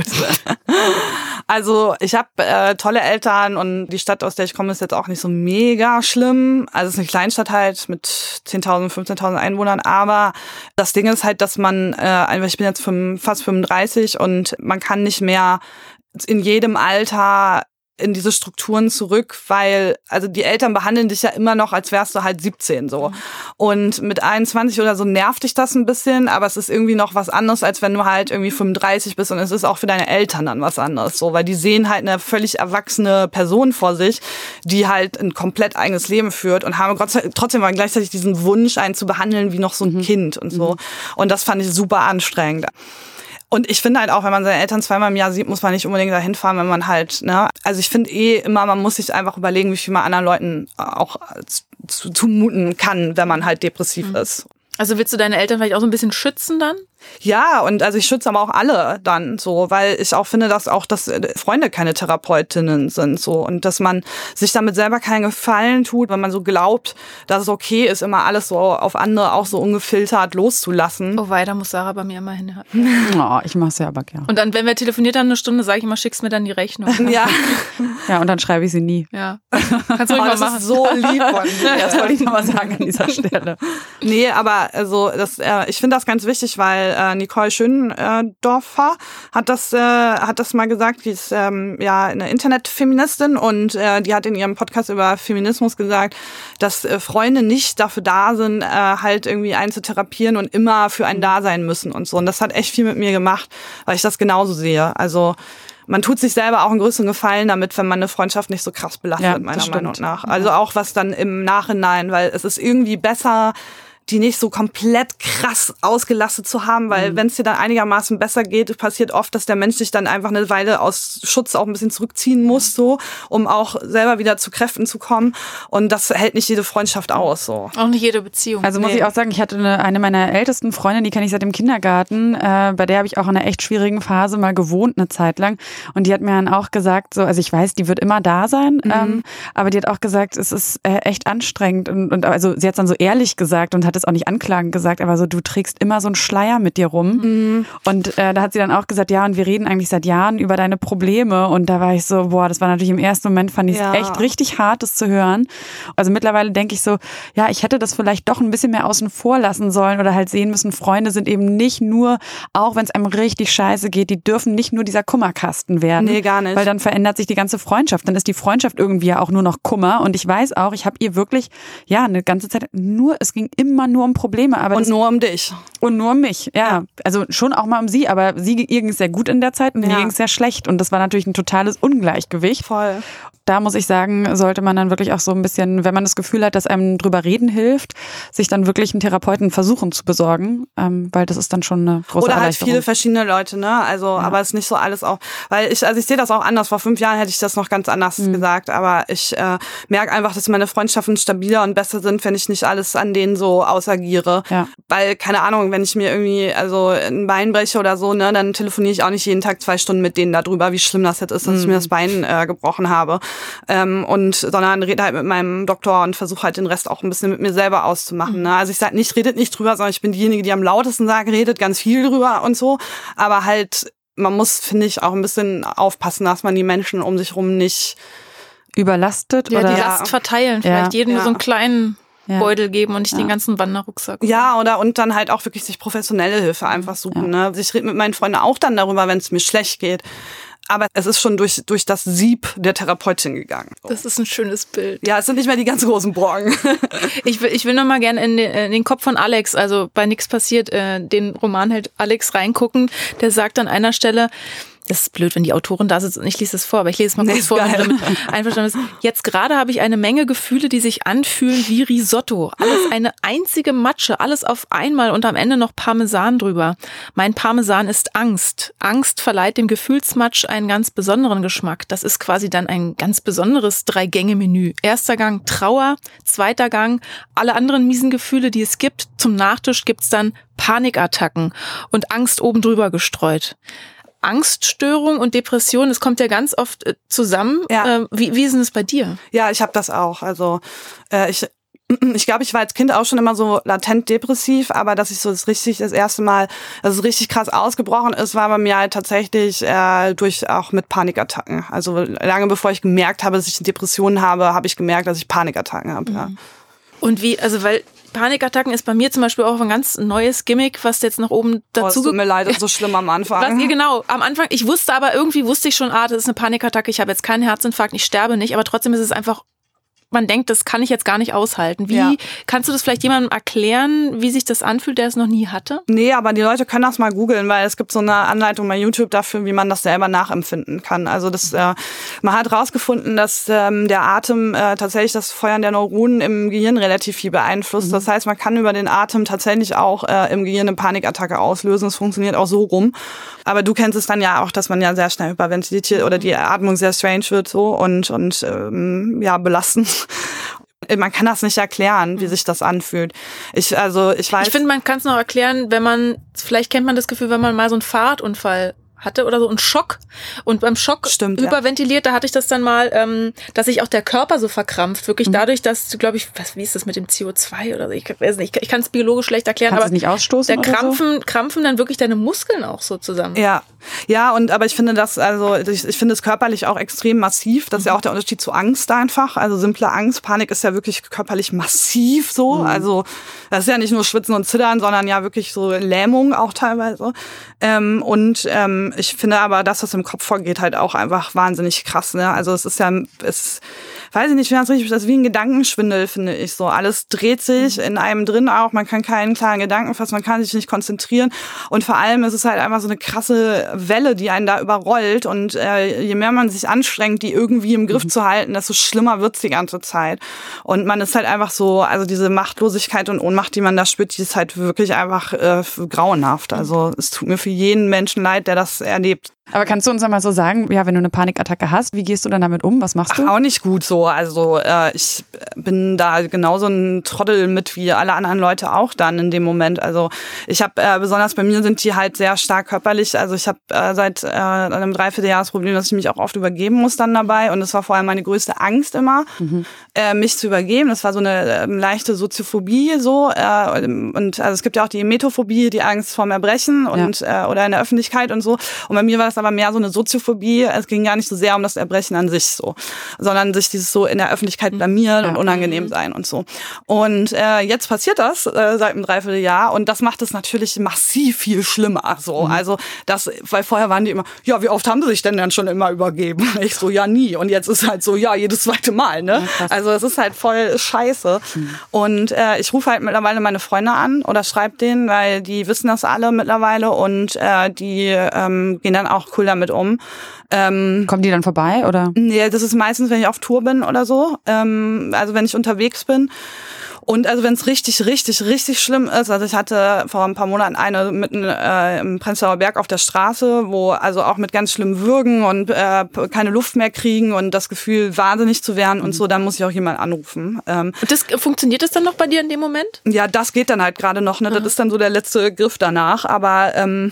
Also ich habe äh, tolle Eltern und die Stadt, aus der ich komme, ist jetzt auch nicht so mega schlimm. Also es ist eine Kleinstadt halt mit zehntausend, fünfzehntausend Einwohnern, aber das Ding ist halt, dass man, äh, einfach, ich bin jetzt fast fünfunddreißig und man kann nicht mehr in jedem Alter in diese Strukturen zurück, weil also die Eltern behandeln dich ja immer noch, als wärst du halt siebzehn so. Und mit einundzwanzig oder so nervt dich das ein bisschen, aber es ist irgendwie noch was anderes, als wenn du halt irgendwie fünfunddreißig bist und es ist auch für deine Eltern dann was anderes, so, weil die sehen halt eine völlig erwachsene Person vor sich, die halt ein komplett eigenes Leben führt und haben trotzdem mal gleichzeitig diesen Wunsch, einen zu behandeln wie noch so ein mhm. Kind und so. Mhm. Und das fand ich super anstrengend. Und ich finde halt auch, wenn man seine Eltern zweimal im Jahr sieht, muss man nicht unbedingt dahin fahren, wenn man halt, ne, also ich finde eh immer, man muss sich einfach überlegen, wie viel man anderen Leuten auch zu, zumuten kann, wenn man halt depressiv mhm. ist. Also willst du deine Eltern vielleicht auch so ein bisschen schützen dann? Ja, und also ich schütze aber auch alle dann so, weil ich auch finde, dass auch dass Freunde keine Therapeutinnen sind so und dass man sich damit selber keinen Gefallen tut, wenn man so glaubt, dass es okay ist, immer alles so auf andere auch so ungefiltert loszulassen. Oh, weiter muss Sarah bei mir immer hin. Oh, ich mach's ja aber gern. Und dann, wenn wir telefoniert haben eine Stunde, sage ich immer, schickst mir dann die Rechnung. Ja. Ja, und dann schreibe ich sie nie. Ja. Kannst du oh, mal das machen. Ist so lieb von dir. Das wollte ich nochmal sagen an dieser Stelle. Nee, aber also das, äh, ich finde das ganz wichtig, weil äh, Nicole Schöndorfer hat das äh, hat das mal gesagt, die ist ähm, ja eine Internetfeministin und äh, die hat in ihrem Podcast über Feminismus gesagt, dass äh, Freunde nicht dafür da sind, äh, halt irgendwie einen zu therapieren und immer für einen da sein müssen und so. Und das hat echt viel mit mir gemacht, weil ich das genauso sehe. Also man tut sich selber auch einen größeren Gefallen damit, wenn man eine Freundschaft nicht so krass belastet, ja, meiner Meinung nach. Also auch was dann im Nachhinein, weil es ist irgendwie besser, die nicht so komplett krass ausgelastet zu haben, weil mhm. wenn es dir dann einigermaßen besser geht, passiert oft, dass der Mensch sich dann einfach eine Weile aus Schutz auch ein bisschen zurückziehen muss, so, um auch selber wieder zu Kräften zu kommen. Und das hält nicht jede Freundschaft aus, so. Auch nicht jede Beziehung. Also muss nee. ich auch sagen, ich hatte eine, eine meiner ältesten Freundinnen, die kenne ich seit dem Kindergarten, äh, bei der habe ich auch in einer echt schwierigen Phase mal gewohnt, eine Zeit lang. Und die hat mir dann auch gesagt, so, also ich weiß, die wird immer da sein, mhm. ähm, aber die hat auch gesagt, es ist äh, echt anstrengend. Und, und also sie hat es dann so ehrlich gesagt und hat es auch nicht anklagend gesagt, aber so, du trägst immer so einen Schleier mit dir rum. Mhm. Und äh, da hat sie dann auch gesagt, ja, und wir reden eigentlich seit Jahren über deine Probleme. Und da war ich so, boah, das war natürlich im ersten Moment, fand ich es ja. echt richtig hart, das zu hören. Also mittlerweile denke ich so, ja, ich hätte das vielleicht doch ein bisschen mehr außen vor lassen sollen oder halt sehen müssen, Freunde sind eben nicht nur, auch wenn es einem richtig scheiße geht, die dürfen nicht nur dieser Kummerkasten werden. Nee, gar nicht. Weil dann verändert sich die ganze Freundschaft. Dann ist die Freundschaft irgendwie ja auch nur noch Kummer. Und ich weiß auch, ich habe ihr wirklich, ja, eine ganze Zeit nur, es ging immer immer nur um Probleme. Aber und das, nur um dich. Und nur um mich, ja. ja. Also schon auch mal um sie, aber sie, ihr ging es sehr gut in der Zeit und ja. mir ging es sehr schlecht. Und das war natürlich ein totales Ungleichgewicht. Voll. Da muss ich sagen, sollte man dann wirklich auch so ein bisschen, wenn man das Gefühl hat, dass einem drüber reden hilft, sich dann wirklich einen Therapeuten versuchen zu besorgen, ähm, weil das ist dann schon eine große Oder halt Erleichterung. viele verschiedene Leute, ne? Also, ja. aber es ist nicht so alles auch, weil ich, also ich sehe das auch anders. Vor fünf Jahren hätte ich das noch ganz anders mhm. gesagt, aber ich äh, merke einfach, dass meine Freundschaften stabiler und besser sind, wenn ich nicht alles an denen so ausagiere. Ja. Weil, keine Ahnung, wenn ich mir irgendwie also ein Bein breche oder so, ne, dann telefoniere ich auch nicht jeden Tag zwei Stunden mit denen darüber, wie schlimm das jetzt ist, dass mhm. ich mir das Bein äh, gebrochen habe. Ähm, und sondern rede halt mit meinem Doktor und versuche halt den Rest auch ein bisschen mit mir selber auszumachen. Ne? Also ich sage nicht, redet nicht drüber, sondern ich bin diejenige, die am lautesten sagt, redet ganz viel drüber und so. Aber halt, man muss, finde ich, auch ein bisschen aufpassen, dass man die Menschen um sich rum nicht überlastet. Ja, oder die Last verteilen, vielleicht ja. jedem ja. nur so einen kleinen Ja. Beutel geben und nicht ja. den ganzen Wanderrucksack. Ja, oder und dann halt auch wirklich sich professionelle Hilfe einfach suchen. Ja. Ne? Ich rede mit meinen Freunden auch dann darüber, wenn es mir schlecht geht. Aber es ist schon durch durch das Sieb der Therapeutin gegangen. Das ist ein schönes Bild. Ja, es sind nicht mehr die ganz großen Brocken. ich will, ich will noch mal gerne in den, in den Kopf von Alex, also bei Nix passiert, äh, den Romanheld Alex reingucken. Der sagt an einer Stelle, das ist blöd, wenn die Autorin da sitzt und ich lese es vor, aber ich lese es mal kurz nee, vor, wenn du damit einverstanden bist. Jetzt gerade habe ich eine Menge Gefühle, die sich anfühlen wie Risotto. Alles eine einzige Matsche, alles auf einmal und am Ende noch Parmesan drüber. Mein Parmesan ist Angst. Angst verleiht dem Gefühlsmatsch einen ganz besonderen Geschmack. Das ist quasi dann ein ganz besonderes Drei-Gänge-Menü. Erster Gang Trauer, zweiter Gang alle anderen miesen Gefühle, die es gibt. Zum Nachtisch gibt's dann Panikattacken und Angst oben drüber gestreut. Angststörung und Depression, das kommt ja ganz oft äh, zusammen. Ja. Äh, wie, wie ist denn das bei dir? Ja, ich habe das auch. Also äh, ich ich glaube, ich war als Kind auch schon immer so latent depressiv, aber dass ich so das richtig das erste Mal, dass es richtig krass ausgebrochen ist, war bei mir halt tatsächlich äh, durch auch mit Panikattacken. Also lange bevor ich gemerkt habe, dass ich Depressionen habe, habe ich gemerkt, dass ich Panikattacken habe. Mhm. Ja. Und wie, also weil Panikattacken ist bei mir zum Beispiel auch ein ganz neues Gimmick, was jetzt nach oben dazu... Oh, es tut mir leid, das ist so schlimm am Anfang. Was, genau, am Anfang, ich wusste aber, irgendwie wusste ich schon, ah, das ist eine Panikattacke, ich habe jetzt keinen Herzinfarkt, ich sterbe nicht, aber trotzdem ist es einfach... Man denkt, das kann ich jetzt gar nicht aushalten. Wie ja. kannst du das vielleicht jemandem erklären, wie sich das anfühlt, der es noch nie hatte? Nee, aber die Leute können das mal googeln, weil es gibt so eine Anleitung bei YouTube dafür, wie man das selber nachempfinden kann. Also das, äh, man hat rausgefunden, dass ähm, der Atem äh, tatsächlich das Feuern der Neuronen im Gehirn relativ viel beeinflusst. Mhm. Das heißt, man kann über den Atem tatsächlich auch äh, im Gehirn eine Panikattacke auslösen. Es funktioniert auch so rum. Aber du kennst es dann ja auch, dass man ja sehr schnell hyperventiliert oder die Atmung sehr strange wird so und und ähm, ja belastend. Man kann das nicht erklären, wie sich das anfühlt. Ich also ich weiß. Ich finde, man kann es noch erklären, wenn man vielleicht kennt man das Gefühl, wenn man mal so einen Fahrradunfall hatte oder so einen Schock und beim Schock Stimmt, hyperventiliert, ja. Da hatte ich das dann mal, ähm, dass sich auch der Körper so verkrampft, wirklich mhm. dadurch, dass du, glaube ich, was, wie ist das mit dem C O zwei oder so, ich weiß nicht, ich kann es biologisch schlecht erklären, Kannst aber es nicht ausstoßen da krampfen, so? krampfen dann wirklich deine Muskeln auch so zusammen. Ja, ja, und aber ich finde das, also ich, ich finde es körperlich auch extrem massiv, das ist mhm. ja auch der Unterschied zu Angst einfach, also simple Angst, Panik ist ja wirklich körperlich massiv so, mhm. also das ist ja nicht nur Schwitzen und Zittern, sondern ja wirklich so Lähmung auch teilweise ähm, und ähm, ich finde aber, dass das im Kopf vorgeht, halt auch einfach wahnsinnig krass. Ne? Also es ist ja, es weiß ich nicht, wie das richtig ist, das ist wie ein Gedankenschwindel, finde ich so. Alles dreht sich in einem drin auch, man kann keinen klaren Gedanken fassen, man kann sich nicht konzentrieren und vor allem ist es halt einfach so eine krasse Welle, die einen da überrollt und äh, je mehr man sich anstrengt, die irgendwie im Griff mhm. zu halten, desto schlimmer wird's die ganze Zeit. Und man ist halt einfach so, also diese Machtlosigkeit und Ohnmacht, die man da spürt, die ist halt wirklich einfach äh, grauenhaft. Also es tut mir für jeden Menschen leid, der das erlebt. Aber kannst du uns einmal so sagen, ja, wenn du eine Panikattacke hast, wie gehst du dann damit um? Was machst du? Ach, auch nicht gut so. Also äh, ich bin da genauso ein Trottel mit wie alle anderen Leute auch dann in dem Moment. Also ich habe, äh, besonders bei mir sind die halt sehr stark körperlich. Also ich habe äh, seit äh, einem Dreivierteljahr das Problem, dass ich mich auch oft übergeben muss dann dabei. Und das war vorher meine größte Angst immer, mhm. äh, mich zu übergeben. Das war so eine äh, leichte Soziophobie so. Äh, und also es gibt ja auch die Emetophobie, die Angst vorm Erbrechen und ja. äh, oder in der Öffentlichkeit und so. Und bei mir war das das aber mehr so eine Soziophobie. Es ging gar nicht so sehr um das Erbrechen an sich so, sondern sich dieses so in der Öffentlichkeit blamieren ja. und unangenehm sein und so. Und äh, jetzt passiert das äh, seit einem Dreivierteljahr und das macht es natürlich massiv viel schlimmer. So, mhm. also das, weil vorher waren die immer, ja, wie oft haben sie sich denn dann schon immer übergeben? Ich so, ja, nie. Und jetzt ist halt so, ja, jedes zweite Mal, ne? Ja, also es ist halt voll scheiße. Mhm. Und äh, ich rufe halt mittlerweile meine Freunde an oder schreibe denen, weil die wissen das alle mittlerweile und äh, die ähm, gehen dann auch cool damit um. Ähm, Kommen die dann vorbei, oder? Nee, das ist meistens, wenn ich auf Tour bin oder so. Ähm, also wenn ich unterwegs bin. Und also wenn es richtig, richtig, richtig schlimm ist, also ich hatte vor ein paar Monaten eine mitten äh, im Prenzlauer Berg auf der Straße, wo also auch mit ganz schlimmen Würgen und äh, keine Luft mehr kriegen und das Gefühl, wahnsinnig zu werden und so, dann muss ich auch jemanden anrufen. Ähm, und das funktioniert das dann noch bei dir in dem Moment? Ja, das geht dann halt gerade noch, ne? Das ist dann so der letzte Griff danach, aber ähm,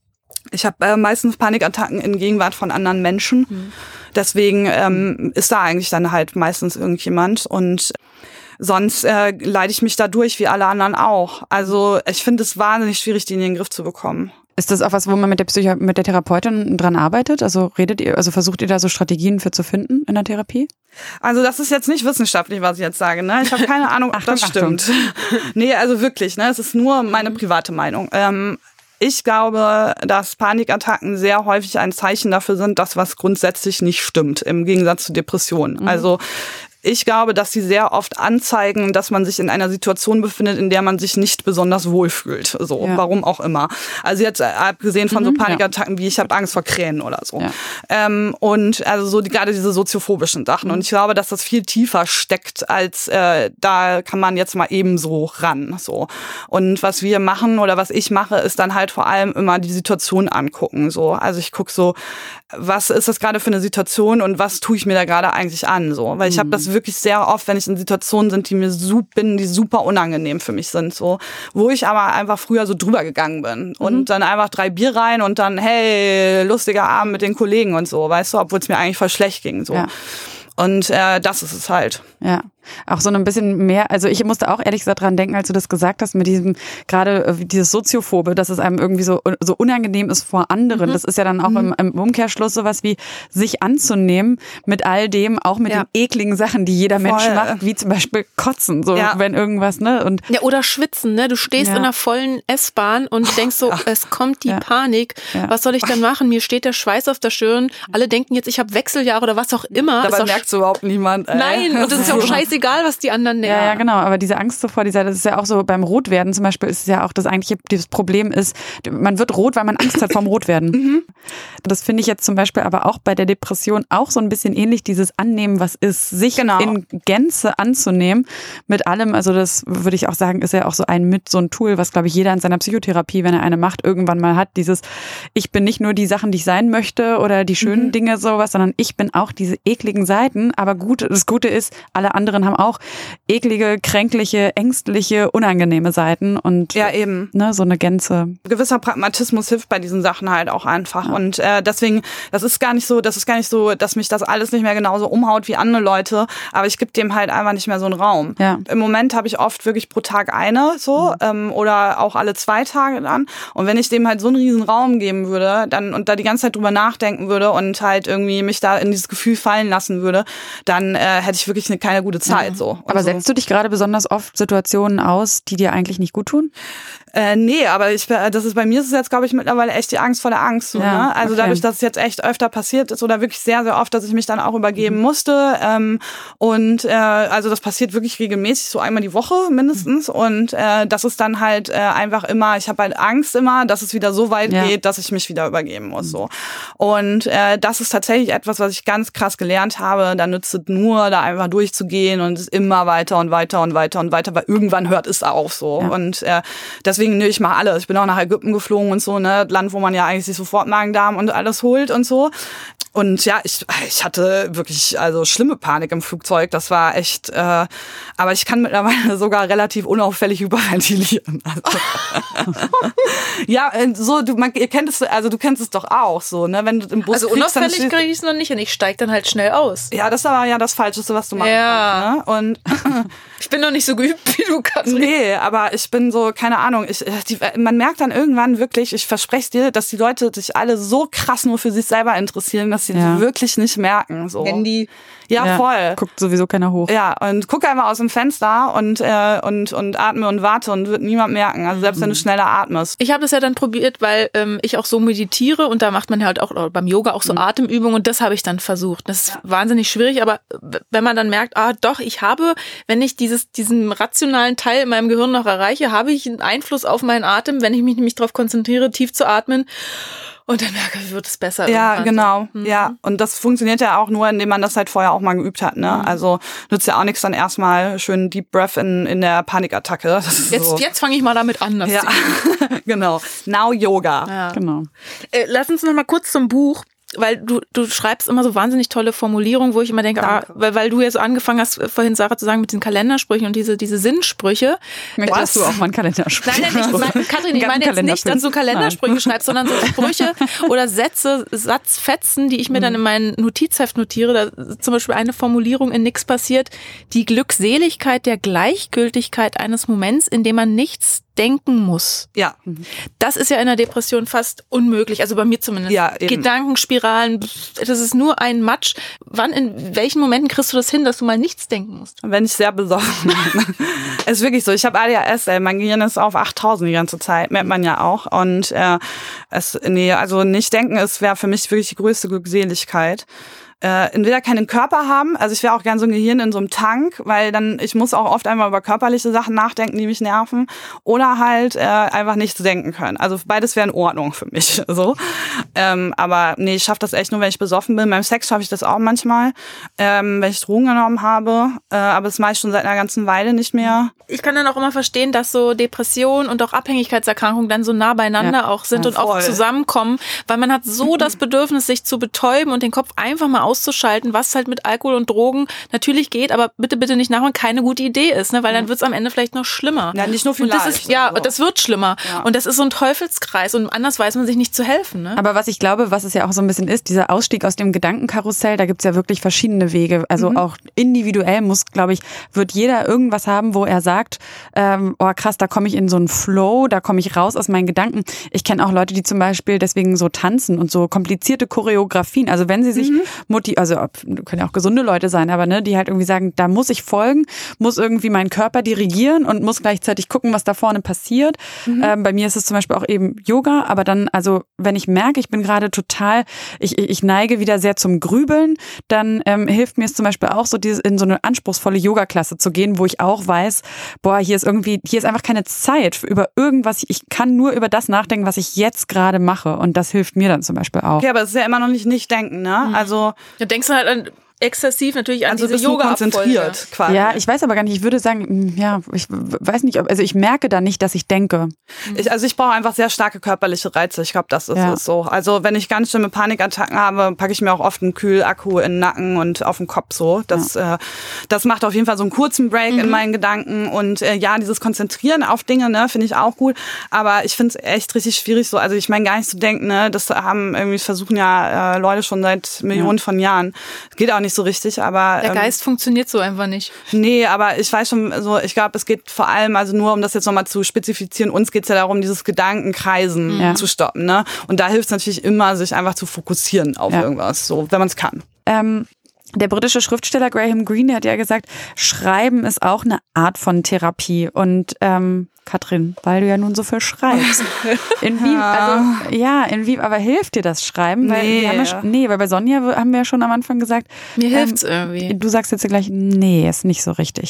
ich habe äh, meistens Panikattacken in Gegenwart von anderen Menschen. Mhm. Deswegen ähm, ist da eigentlich dann halt meistens irgendjemand und sonst äh, leide ich mich da durch, wie alle anderen auch. Also ich finde es wahnsinnig schwierig, die in den Griff zu bekommen. Ist das auch was, wo man mit der Psycho- mit der Therapeutin dran arbeitet? Also redet ihr, also versucht ihr da so Strategien für zu finden in der Therapie? Also das ist jetzt nicht wissenschaftlich, was ich jetzt sage, ne? Ich habe keine Ahnung, ob Achtung, das stimmt. Nee, also wirklich, ne? Es ist nur meine private Meinung. Ähm, Ich glaube, dass Panikattacken sehr häufig ein Zeichen dafür sind, dass was grundsätzlich nicht stimmt, im Gegensatz zu Depressionen. Mhm. Also ich glaube, dass sie sehr oft anzeigen, dass man sich in einer Situation befindet, in der man sich nicht besonders wohlfühlt. So, ja. Warum auch immer. Also jetzt abgesehen von mhm, so Panikattacken ja. wie ich habe Angst vor Krähen oder so. Ja. Ähm, und also so die, gerade diese soziophobischen Sachen. Mhm. Und ich glaube, dass das viel tiefer steckt, als äh, da kann man jetzt mal eben so ran. So. Und was wir machen oder was ich mache, ist dann halt vor allem immer die Situation angucken. So. Also ich gucke so, was ist das gerade für eine Situation und was tue ich mir da gerade eigentlich an? So. Weil ich habe das wirklich sehr oft, wenn ich in Situationen sind, die mir super, bin, die super unangenehm für mich sind, so, wo ich aber einfach früher so drüber gegangen bin und mhm. dann einfach drei Bier rein und dann, hey, lustiger Abend mit den Kollegen und so, weißt du, obwohl es mir eigentlich voll schlecht ging, so. Ja. Und äh, das ist es halt. Ja, auch so ein bisschen mehr, also ich musste auch ehrlich gesagt dran denken, als du das gesagt hast, mit diesem, gerade dieses Soziophobe, dass es einem irgendwie so so unangenehm ist vor anderen. Mhm. Das ist ja dann auch mhm. im, im Umkehrschluss sowas wie, sich anzunehmen mit all dem, auch mit ja. den ekligen Sachen, die jeder Voll. Mensch macht, wie zum Beispiel Kotzen, so ja. wenn irgendwas, ne? Und ja, oder schwitzen, ne? Du stehst ja. in einer vollen S-Bahn und denkst so, es kommt die ja. Panik, ja. was soll ich denn machen? Mir steht der Schweiß auf der Stirn, alle denken jetzt, ich habe Wechseljahre oder was auch immer. Dabei merkt so überhaupt niemand. Ey. Nein, und es ist ja auch scheißegal, was die anderen denken. Ja, ja, genau, aber diese Angst so vor dieser, das ist ja auch so beim Rotwerden zum Beispiel, ist es ja auch das eigentliche, das Problem ist, man wird rot, weil man Angst hat vorm Rotwerden. Mhm. Das finde ich jetzt zum Beispiel aber auch bei der Depression auch so ein bisschen ähnlich, dieses Annehmen, was ist, sich genau. in Gänze anzunehmen mit allem, also das würde ich auch sagen, ist ja auch so ein mit so ein Tool, was glaube ich jeder in seiner Psychotherapie, wenn er eine macht, irgendwann mal hat, dieses, ich bin nicht nur die Sachen, die ich sein möchte oder die schönen mhm. Dinge sowas, sondern ich bin auch diese ekligen Seiten, aber gut, das Gute ist, alle anderen haben auch eklige, kränkliche, ängstliche, unangenehme Seiten und ja, eben. Ne, so eine Gänze. Gewisser Pragmatismus hilft bei diesen Sachen halt auch einfach. Ja. Und äh, deswegen, das ist gar nicht so, das ist gar nicht so, dass mich das alles nicht mehr genauso umhaut wie andere Leute, aber ich gebe dem halt einfach nicht mehr so einen Raum. Ja. Im Moment habe ich oft wirklich pro Tag eine so mhm. ähm, oder auch alle zwei Tage dann. Und wenn ich dem halt so einen riesen Raum geben würde, dann und da die ganze Zeit drüber nachdenken würde und halt irgendwie mich da in dieses Gefühl fallen lassen würde, dann äh, hätte ich wirklich eine, keine gute Zeit. Ja. So. Aber so. setzt du dich gerade besonders oft Situationen aus, die dir eigentlich nicht gut tun? Äh, nee, aber ich, das ist, bei mir ist es jetzt, glaube ich, mittlerweile echt die Angst vor der Angst. So, ja, ne? Also okay. dadurch, dass es jetzt echt öfter passiert ist oder wirklich sehr, sehr oft, dass ich mich dann auch übergeben mhm. musste. Ähm, und äh, also das passiert wirklich regelmäßig, so einmal die Woche mindestens. Mhm. Und äh, das ist dann halt äh, einfach immer, ich habe halt Angst immer, dass es wieder so weit ja. geht, dass ich mich wieder übergeben muss. Mhm. So. Und äh, das ist tatsächlich etwas, was ich ganz krass gelernt habe. Da nützt es nur, da einfach durchzugehen und es immer weiter und weiter und weiter und weiter, weil irgendwann hört es auf so. Ja. Und äh, deswegen Deswegen, ich mache alles. Ich bin auch nach Ägypten geflogen und so, ne, Land, wo man ja eigentlich sich sofort Magen-Darm und alles holt und so. und ja, ich, ich hatte wirklich also schlimme Panik im Flugzeug. Das war echt, äh, aber ich kann mittlerweile sogar relativ unauffällig hyperventilieren. Also, ja, so du, man, ihr kennt es, also du kennst es doch auch so, ne? Wenn du im Bus also kriegst, unauffällig kriege ich es noch nicht und ich steige dann halt schnell aus. Ja, das ist aber ja das Falscheste, was du machen ja. kannst. Ne? Und ich bin noch nicht so geübt wie du, Katrin. Nee, aber ich bin so, keine Ahnung, ich, die, man merkt dann irgendwann wirklich, ich verspreche es dir, dass die Leute sich alle so krass nur für sich selber interessieren, dass sie ja. wirklich nicht merken. So. Handy. Ja, ja, voll. Guckt sowieso keiner hoch. Ja, und guck einfach aus dem Fenster und, äh, und, und atme und warte und wird niemand merken. Also selbst wenn du schneller atmest. Ich habe das ja dann probiert, weil ähm, ich auch so meditiere und da macht man halt auch oder beim Yoga auch so mhm. Atemübungen und das habe ich dann versucht. Das ist ja. wahnsinnig schwierig, aber wenn man dann merkt, ah doch, ich habe, wenn ich dieses diesen rationalen Teil in meinem Gehirn noch erreiche, habe ich einen Einfluss auf meinen Atem, wenn ich mich nämlich darauf konzentriere, tief zu atmen. Und dann merke ich, wird es besser. Ja, irgendwann. genau. Mhm. Ja, und das funktioniert ja auch nur, indem man das halt vorher auch mal geübt hat. Ne? Mhm. Also nützt ja auch nichts, dann erstmal schön Deep Breath in, in der Panikattacke. Das ist jetzt so. jetzt fange ich mal damit an. Das ja, genau. Now Yoga. Ja. Genau. Äh, lass uns noch mal kurz zum Buch. Weil du du schreibst immer so wahnsinnig tolle Formulierungen, wo ich immer denke, ah, weil, weil du ja so angefangen hast, vorhin Sarah zu sagen, mit den Kalendersprüchen und diese diese Sinnsprüche. Möchtest du auch mal einen Kalenderspruch? Nein, nein, ich meine, Katrin, ich meine jetzt nicht, dass du Kalendersprüche nein. schreibst, sondern so Sprüche oder Sätze, Satzfetzen, die ich mir dann in mein Notizheft notiere. Da ist zum Beispiel eine Formulierung in Nix passiert, die Glückseligkeit der Gleichgültigkeit eines Moments, in dem man nichts denken muss. Ja. Das ist ja in der Depression fast unmöglich, also bei mir zumindest. Ja, eben. Gedankenspiralen, das ist nur ein Matsch. Wann, in welchen Momenten kriegst du das hin, dass du mal nichts denken musst? Wenn ich sehr besoffen bin. Es ist wirklich so, ich habe A D H S, ey, mein Gehirn ist auf achttausend die ganze Zeit, merkt man ja auch. Und äh, es, nee, also nicht denken, es wäre für mich wirklich die größte Glückseligkeit. Äh, entweder keinen Körper haben, also ich wäre auch gern so ein Gehirn in so einem Tank, weil dann, ich muss auch oft einmal über körperliche Sachen nachdenken, die mich nerven, oder halt äh, einfach nichts denken können. Also beides wäre in Ordnung für mich. so. Ähm, aber nee, ich schaffe das echt nur, wenn ich besoffen bin. Beim Sex schaffe ich das auch manchmal, ähm, wenn ich Drogen genommen habe, äh, aber das mache ich schon seit einer ganzen Weile nicht mehr. Ich kann dann auch immer verstehen, dass so Depressionen und auch Abhängigkeitserkrankungen dann so nah beieinander ja. auch sind ja, und voll. Auch zusammenkommen, weil man hat so das Bedürfnis, sich zu betäuben und den Kopf einfach mal auszuschalten, was halt mit Alkohol und Drogen natürlich geht, aber bitte, bitte nicht nachmachen, keine gute Idee ist, ne? Weil dann wird es am Ende vielleicht noch schlimmer. Ja, nicht nur vielleicht. Und das ist, ja, also. das wird schlimmer. Ja. Und das ist so ein Teufelskreis und anders weiß man sich nicht zu helfen. Ne? Aber was ich glaube, was es ja auch so ein bisschen ist, dieser Ausstieg aus dem Gedankenkarussell, da gibt's ja wirklich verschiedene Wege. Also mhm. auch individuell muss, glaube ich, wird jeder irgendwas haben, wo er sagt, ähm, oh krass, da komme ich in so einen Flow, da komme ich raus aus meinen Gedanken. Ich kenne auch Leute, die zum Beispiel deswegen so tanzen und so komplizierte Choreografien. Also wenn sie sich mhm. motivieren, also können ja auch gesunde Leute sein, aber ne, die halt irgendwie sagen, da muss ich folgen, muss irgendwie meinen Körper dirigieren und muss gleichzeitig gucken, was da vorne passiert. Mhm. Ähm, bei mir ist es zum Beispiel auch eben Yoga, aber dann, also wenn ich merke, ich bin gerade total, ich, ich neige wieder sehr zum Grübeln, dann ähm, hilft mir es zum Beispiel auch so, dieses, in so eine anspruchsvolle Yoga-Klasse zu gehen, wo ich auch weiß, boah, hier ist irgendwie, hier ist einfach keine Zeit über irgendwas. Ich kann nur über das nachdenken, was ich jetzt gerade mache und das hilft mir dann zum Beispiel auch. Okay, aber es ist ja immer noch nicht nicht denken, ne? Mhm. Also du denkst halt an exzessiv natürlich an also diese Yoga konzentriert quasi. Ja, ich weiß aber gar nicht, ich würde sagen, ja, ich weiß nicht, also ich merke da nicht, dass ich denke. Ich, also ich brauche einfach sehr starke körperliche Reize, ich glaube, das ist ja. es so. Also wenn ich ganz schlimme Panikattacken habe, packe ich mir auch oft einen Kühlakku in den Nacken und auf den Kopf so. Das, ja. äh, das macht auf jeden Fall so einen kurzen Break mhm. in meinen Gedanken und äh, ja, dieses Konzentrieren auf Dinge, ne, finde ich auch gut, aber ich finde es echt richtig schwierig so, also ich meine gar nicht zu denken, ne, das haben irgendwie versuchen ja äh, Leute schon seit Millionen ja. von Jahren. Geht auch nicht so richtig, aber der Geist ähm, funktioniert so einfach nicht. Nee, aber ich weiß schon, so ich glaube, es geht vor allem, also nur um das jetzt nochmal zu spezifizieren, uns geht es ja darum, dieses Gedankenkreisen ja. zu stoppen, ne? Und da hilft es natürlich immer, sich einfach zu fokussieren auf ja. irgendwas, so wenn man es kann. Ähm, der britische Schriftsteller Graham Greene, der hat ja gesagt, Schreiben ist auch eine Art von Therapie und ähm, Katrin, weil du ja nun so viel schreibst. Inwie, also, ja, inwie, aber hilft dir das Schreiben? Weil nee. Wir haben ja, nee, weil bei Sonja haben wir ja schon am Anfang gesagt. Mir hilft's ähm, irgendwie. Du sagst jetzt gleich, nee, ist nicht so richtig.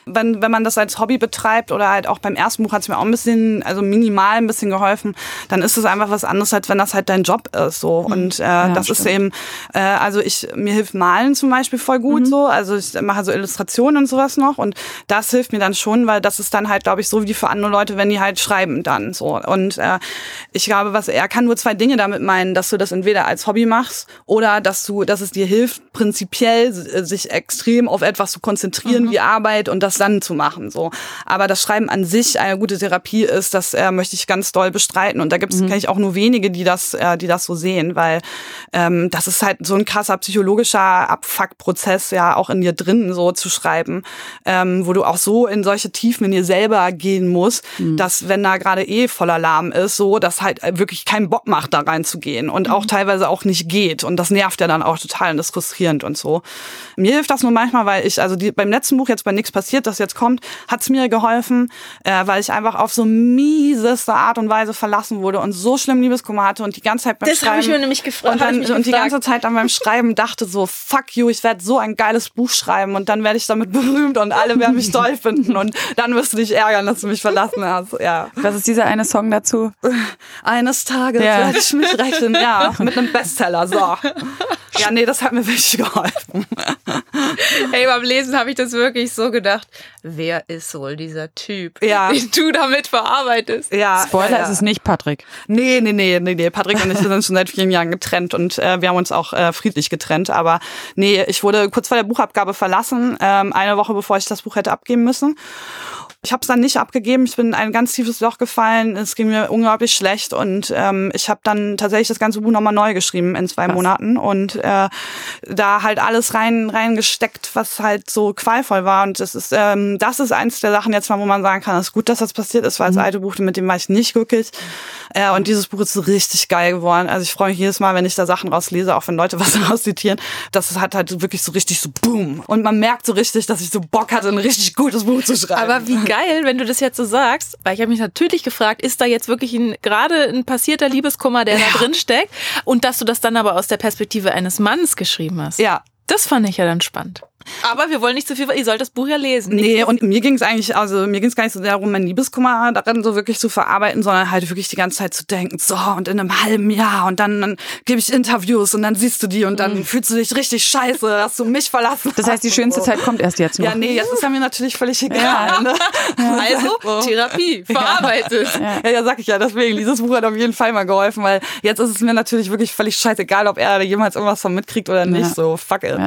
wenn, wenn man das als Hobby betreibt oder halt auch beim ersten Buch hat es mir auch ein bisschen, also minimal ein bisschen geholfen, dann ist es einfach was anderes, als wenn das halt dein Job ist. So. Und äh, ja, das stimmt. ist eben, äh, also ich, mir hilft Malen zum Beispiel voll gut mhm. so. Also ich mache so Illustrationen und sowas noch und das hilft mir dann schon, weil das ist dann halt, glaube ich, so wie für andere Leute, wenn die halt schreiben dann so. Und äh, ich glaube, was er kann nur zwei Dinge damit meinen, dass du das entweder als Hobby machst oder dass du, dass es dir hilft, prinzipiell sich extrem auf etwas zu konzentrieren mhm. wie Arbeit und das dann zu machen. So. Aber das Schreiben an sich eine gute Therapie ist, das äh, möchte ich ganz doll bestreiten. Und da gibt es, mhm. kenne ich auch nur wenige, die das, äh, die das so sehen, weil ähm, das ist halt so ein krasser psychologischer Abfuck-Prozess ja auch in dir drin, so zu schreiben, ähm, wo du auch so in solche Tiefen in dir selber gehen musst, mhm. dass wenn da gerade eh voller Alarm ist, so, dass halt wirklich keinen Bock macht, da reinzugehen und mhm. auch teilweise auch nicht geht. Und das nervt ja dann auch total und das ist frustrierend und so. Mir hilft das nur manchmal, weil ich, also die, beim letzten Buch, jetzt bei Nix passiert, das jetzt kommt, hat's mir geholfen, äh, weil ich einfach auf so mieseste Art und Weise verlassen wurde und so schlimm Liebeskummer hatte und die ganze Zeit beim das Schreiben. Das habe ich mir nämlich gefragt. Und, dann, und gefragt. die ganze Zeit dann beim Schreiben dachte so, fuck you, ich werde so ein geiles Buch schreiben und dann werde ich damit berühmt und alle werden mich toll finden und dann wirst du dich ärgern, dass du mich verlassen hast. Ja. Was ist dieser eine Song dazu? Eines Tages ja. werde ich mich rächen, ja, mit einem Bestseller, so. Ja, nee, das hat mir wirklich geholfen. Hey, beim Lesen habe ich das wirklich so gedacht, wer ist wohl dieser Typ, ja. den du damit verarbeitest? Ja, Spoiler ja, ja. ist es nicht, Patrick. Nee, nee, nee, nee, nee. Patrick und ich sind schon seit vielen Jahren getrennt und äh, wir haben uns auch äh, friedlich getrennt. Aber nee, ich wurde kurz vor der Buchabgabe verlassen, ähm, eine Woche bevor ich das Buch hätte abgeben müssen. Ich habe es dann nicht abgegeben, ich bin in ein ganz tiefes Loch gefallen, es ging mir unglaublich schlecht und ähm, ich habe dann tatsächlich das ganze Buch nochmal neu geschrieben in zwei Krass. Monaten und äh, da halt alles rein reingesteckt, was halt so qualvoll war und das ist ähm, das ist eins der Sachen jetzt mal, wo man sagen kann, es ist gut, dass das passiert ist, weil das mhm. alte Buch, mit dem war ich nicht glücklich äh, und dieses Buch ist so richtig geil geworden, also ich freue mich jedes Mal, wenn ich da Sachen rauslese, auch wenn Leute was rauszitieren, das hat halt wirklich so richtig so boom und man merkt so richtig, dass ich so Bock hatte, ein richtig gutes Buch zu schreiben. Aber wie geil Geil, wenn du das jetzt so sagst, weil ich habe mich natürlich gefragt, ist da jetzt wirklich ein, gerade ein passierter Liebeskummer, der ja. da drin steckt und dass du das dann aber aus der Perspektive eines Mannes geschrieben hast. Ja. Das fand ich ja dann spannend. Aber wir wollen nicht zu viel, ihr sollt das Buch ja lesen. Nee, und mir ging es eigentlich, also mir ging es gar nicht so darum, mein Liebeskummer darin so wirklich zu verarbeiten, sondern halt wirklich die ganze Zeit zu denken, so und in einem halben Jahr und dann, dann gebe ich Interviews und dann siehst du die und dann mhm. fühlst du dich richtig scheiße, hast du mich verlassen. Das heißt, die schönste Zeit kommt erst jetzt noch. Ja, nee, jetzt ist ja mir natürlich völlig egal. Ja. Ne? Also, so. Therapie, verarbeitet. Ja. Ja, ja, sag ich ja, deswegen, dieses Buch hat auf jeden Fall mal geholfen, weil jetzt ist es mir natürlich wirklich völlig scheißegal, ob er jemals irgendwas von mitkriegt oder nicht, ja. so fuck it. Ja.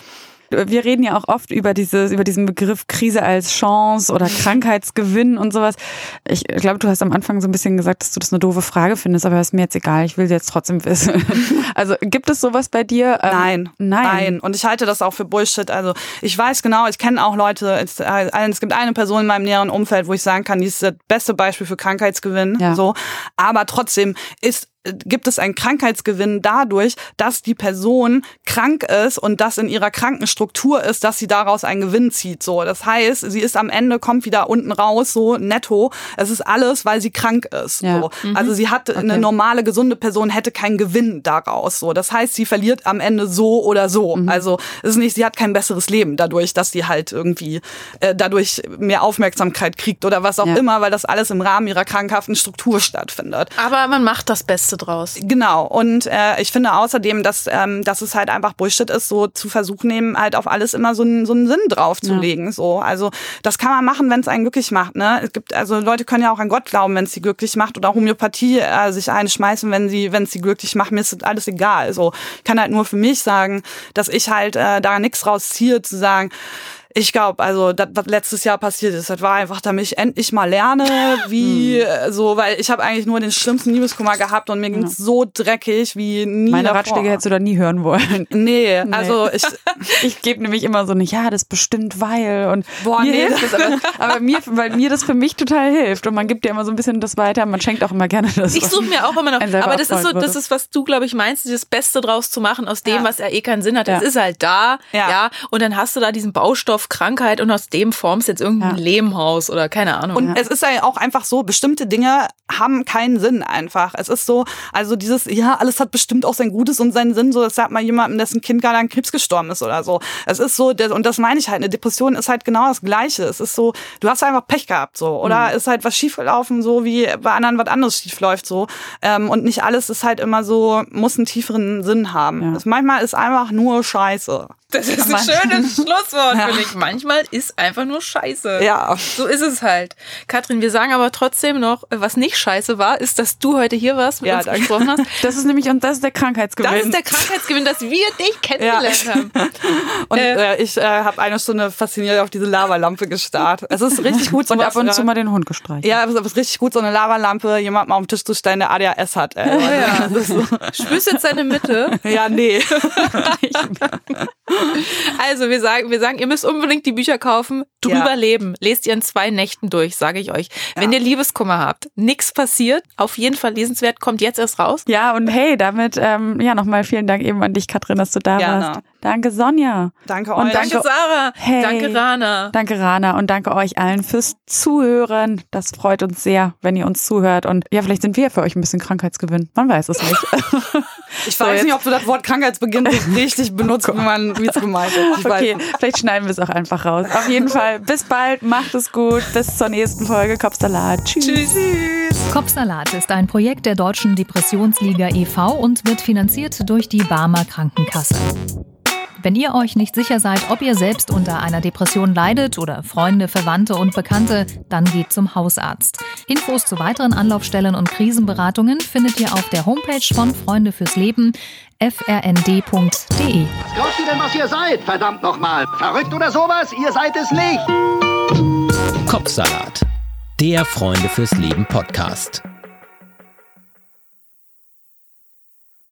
Wir reden ja auch oft über dieses, über diesen Begriff Krise als Chance oder Krankheitsgewinn und sowas. Ich glaube, du hast am Anfang so ein bisschen gesagt, dass du das eine doofe Frage findest, aber ist mir jetzt egal. Ich will sie jetzt trotzdem wissen. Also gibt es sowas bei dir? Ähm, nein, nein, nein. Und ich halte das auch für Bullshit. Also ich weiß genau, ich kenne auch Leute. Es, äh, es gibt eine Person in meinem näheren Umfeld, wo ich sagen kann, die ist das beste Beispiel für Krankheitsgewinn. Ja. So, aber trotzdem ist gibt es einen Krankheitsgewinn dadurch, dass die Person krank ist und das in ihrer Krankenstruktur ist, dass sie daraus einen Gewinn zieht. So, das heißt, sie ist am Ende, kommt wieder unten raus, so netto. Es ist alles, weil sie krank ist. Ja. So. Mhm. Also sie hat, okay. eine normale, gesunde Person hätte keinen Gewinn daraus. So, das heißt, sie verliert am Ende so oder so. Mhm. Also es ist nicht, sie hat kein besseres Leben dadurch, dass sie halt irgendwie äh, dadurch mehr Aufmerksamkeit kriegt oder was auch ja. immer, weil das alles im Rahmen ihrer krankhaften Struktur stattfindet. Aber man macht das Beste draus. Genau. Und äh, ich finde außerdem, dass ähm, dass es halt einfach Bullshit ist, so zu versuchen nehmen, halt auf alles immer so einen so einen Sinn draufzulegen. Ja. So, also das kann man machen, wenn es einen glücklich macht. Ne, es gibt also Leute können ja auch an Gott glauben, wenn es sie glücklich macht, oder Homöopathie äh, sich einschmeißen, wenn sie wenn es sie glücklich macht. Mir ist alles egal. So, ich kann halt nur für mich sagen, dass ich halt äh, da nichts rausziehe, zu sagen. Ich glaube, also das, was letztes Jahr passiert ist, das war einfach, damit ich endlich mal lerne, wie hm. so, weil ich habe eigentlich nur den schlimmsten Liebeskummer gehabt und mir ja. ging's so dreckig wie nie Meine davor. Ratschläge hättest du da nie hören wollen. Nee, nee. also ich ich gebe nämlich immer so eine, ja, das bestimmt weil und Boah, mir nee. hilft das, aber, aber mir, weil mir das für mich total hilft und man gibt ja immer so ein bisschen das weiter, man schenkt auch immer gerne das. Ich suche mir auch immer noch, aber das ist so, das ist, was du, glaube ich, meinst, das Beste draus zu machen aus dem, ja. was ja eh keinen Sinn hat. Es ja. ist halt da, ja. ja, und dann hast du da diesen Baustoff Krankheit und aus dem formst jetzt irgendein ja. Lehmhaus oder keine Ahnung. Und ja. es ist ja auch einfach so, bestimmte Dinge haben keinen Sinn einfach. Es ist so, also dieses, ja, alles hat bestimmt auch sein Gutes und seinen Sinn, so, das sagt mal jemandem, dessen Kind gerade an Krebs gestorben ist oder so. Es ist so, und das meine ich halt, eine Depression ist halt genau das Gleiche. Es ist so, du hast einfach Pech gehabt, so, oder mhm. ist halt was schiefgelaufen, so wie bei anderen was anderes schief läuft, so. Und nicht alles ist halt immer so, muss einen tieferen Sinn haben. Ja. Das manchmal ist einfach nur Scheiße. Das ist ein schönes Schlusswort, ja. finde ich. Manchmal ist einfach nur Scheiße. Ja. So ist es halt. Katrin, wir sagen aber trotzdem noch, was nicht scheiße war, ist, dass du heute hier warst, mit ja, uns danke. gesprochen hast. Das ist nämlich, und das ist der Krankheitsgewinn. Das ist der Krankheitsgewinn, dass wir dich kennengelernt ja. haben. Und äh, ich äh, habe eine Stunde fasziniert auf diese Lavalampe gestarrt. Es ist richtig gut. Und ab und zu mal den Hund gestreichelt. Ja, es ist richtig gut, so eine Lavalampe jemand mal auf den Tisch zu stellen, der A D H S hat. Ey. Oh, ja. Das ist so. Spürst du jetzt seine Mitte? Ja, nee. Also wir sagen, wir sagen, ihr müsst unbedingt die Bücher kaufen, drüber ja. leben. Lest ihr in zwei Nächten durch, sage ich euch. Wenn ja. ihr Liebeskummer habt, nichts passiert, auf jeden Fall lesenswert, kommt jetzt erst raus. Ja, und hey, damit, ähm, ja, nochmal vielen Dank eben an dich, Katrin, dass du da Gerne. warst. Danke, Sonja. Danke euch. Und danke, Sarah. Hey. Danke, Rana. Danke, Rana. Und danke euch allen fürs Zuhören. Das freut uns sehr, wenn ihr uns zuhört. Und ja, vielleicht sind wir für euch ein bisschen Krankheitsgewinn. Man weiß es nicht. Ich weiß so, nicht, ob du das Wort Krankheitsbeginn so richtig benutzt, wie man wie es gemeint ist. Ich okay, weiß. Vielleicht schneiden wir es auch einfach raus. Auf jeden Fall, bis bald, macht es gut. Bis zur nächsten Folge Kopfsalat. Tschüss. Tschüss. Kopfsalat ist ein Projekt der Deutschen Depressionsliga e V und wird finanziert durch die Barmer Krankenkasse. Wenn ihr euch nicht sicher seid, ob ihr selbst unter einer Depression leidet oder Freunde, Verwandte und Bekannte, dann geht zum Hausarzt. Infos zu weiteren Anlaufstellen und Krisenberatungen findet ihr auf der Homepage von Freunde fürs Leben f r n d punkt d e. Was glaubt ihr denn, was ihr seid? Verdammt nochmal. Verrückt oder sowas? Ihr seid es nicht. Kopfsalat, der Freunde fürs Leben Podcast.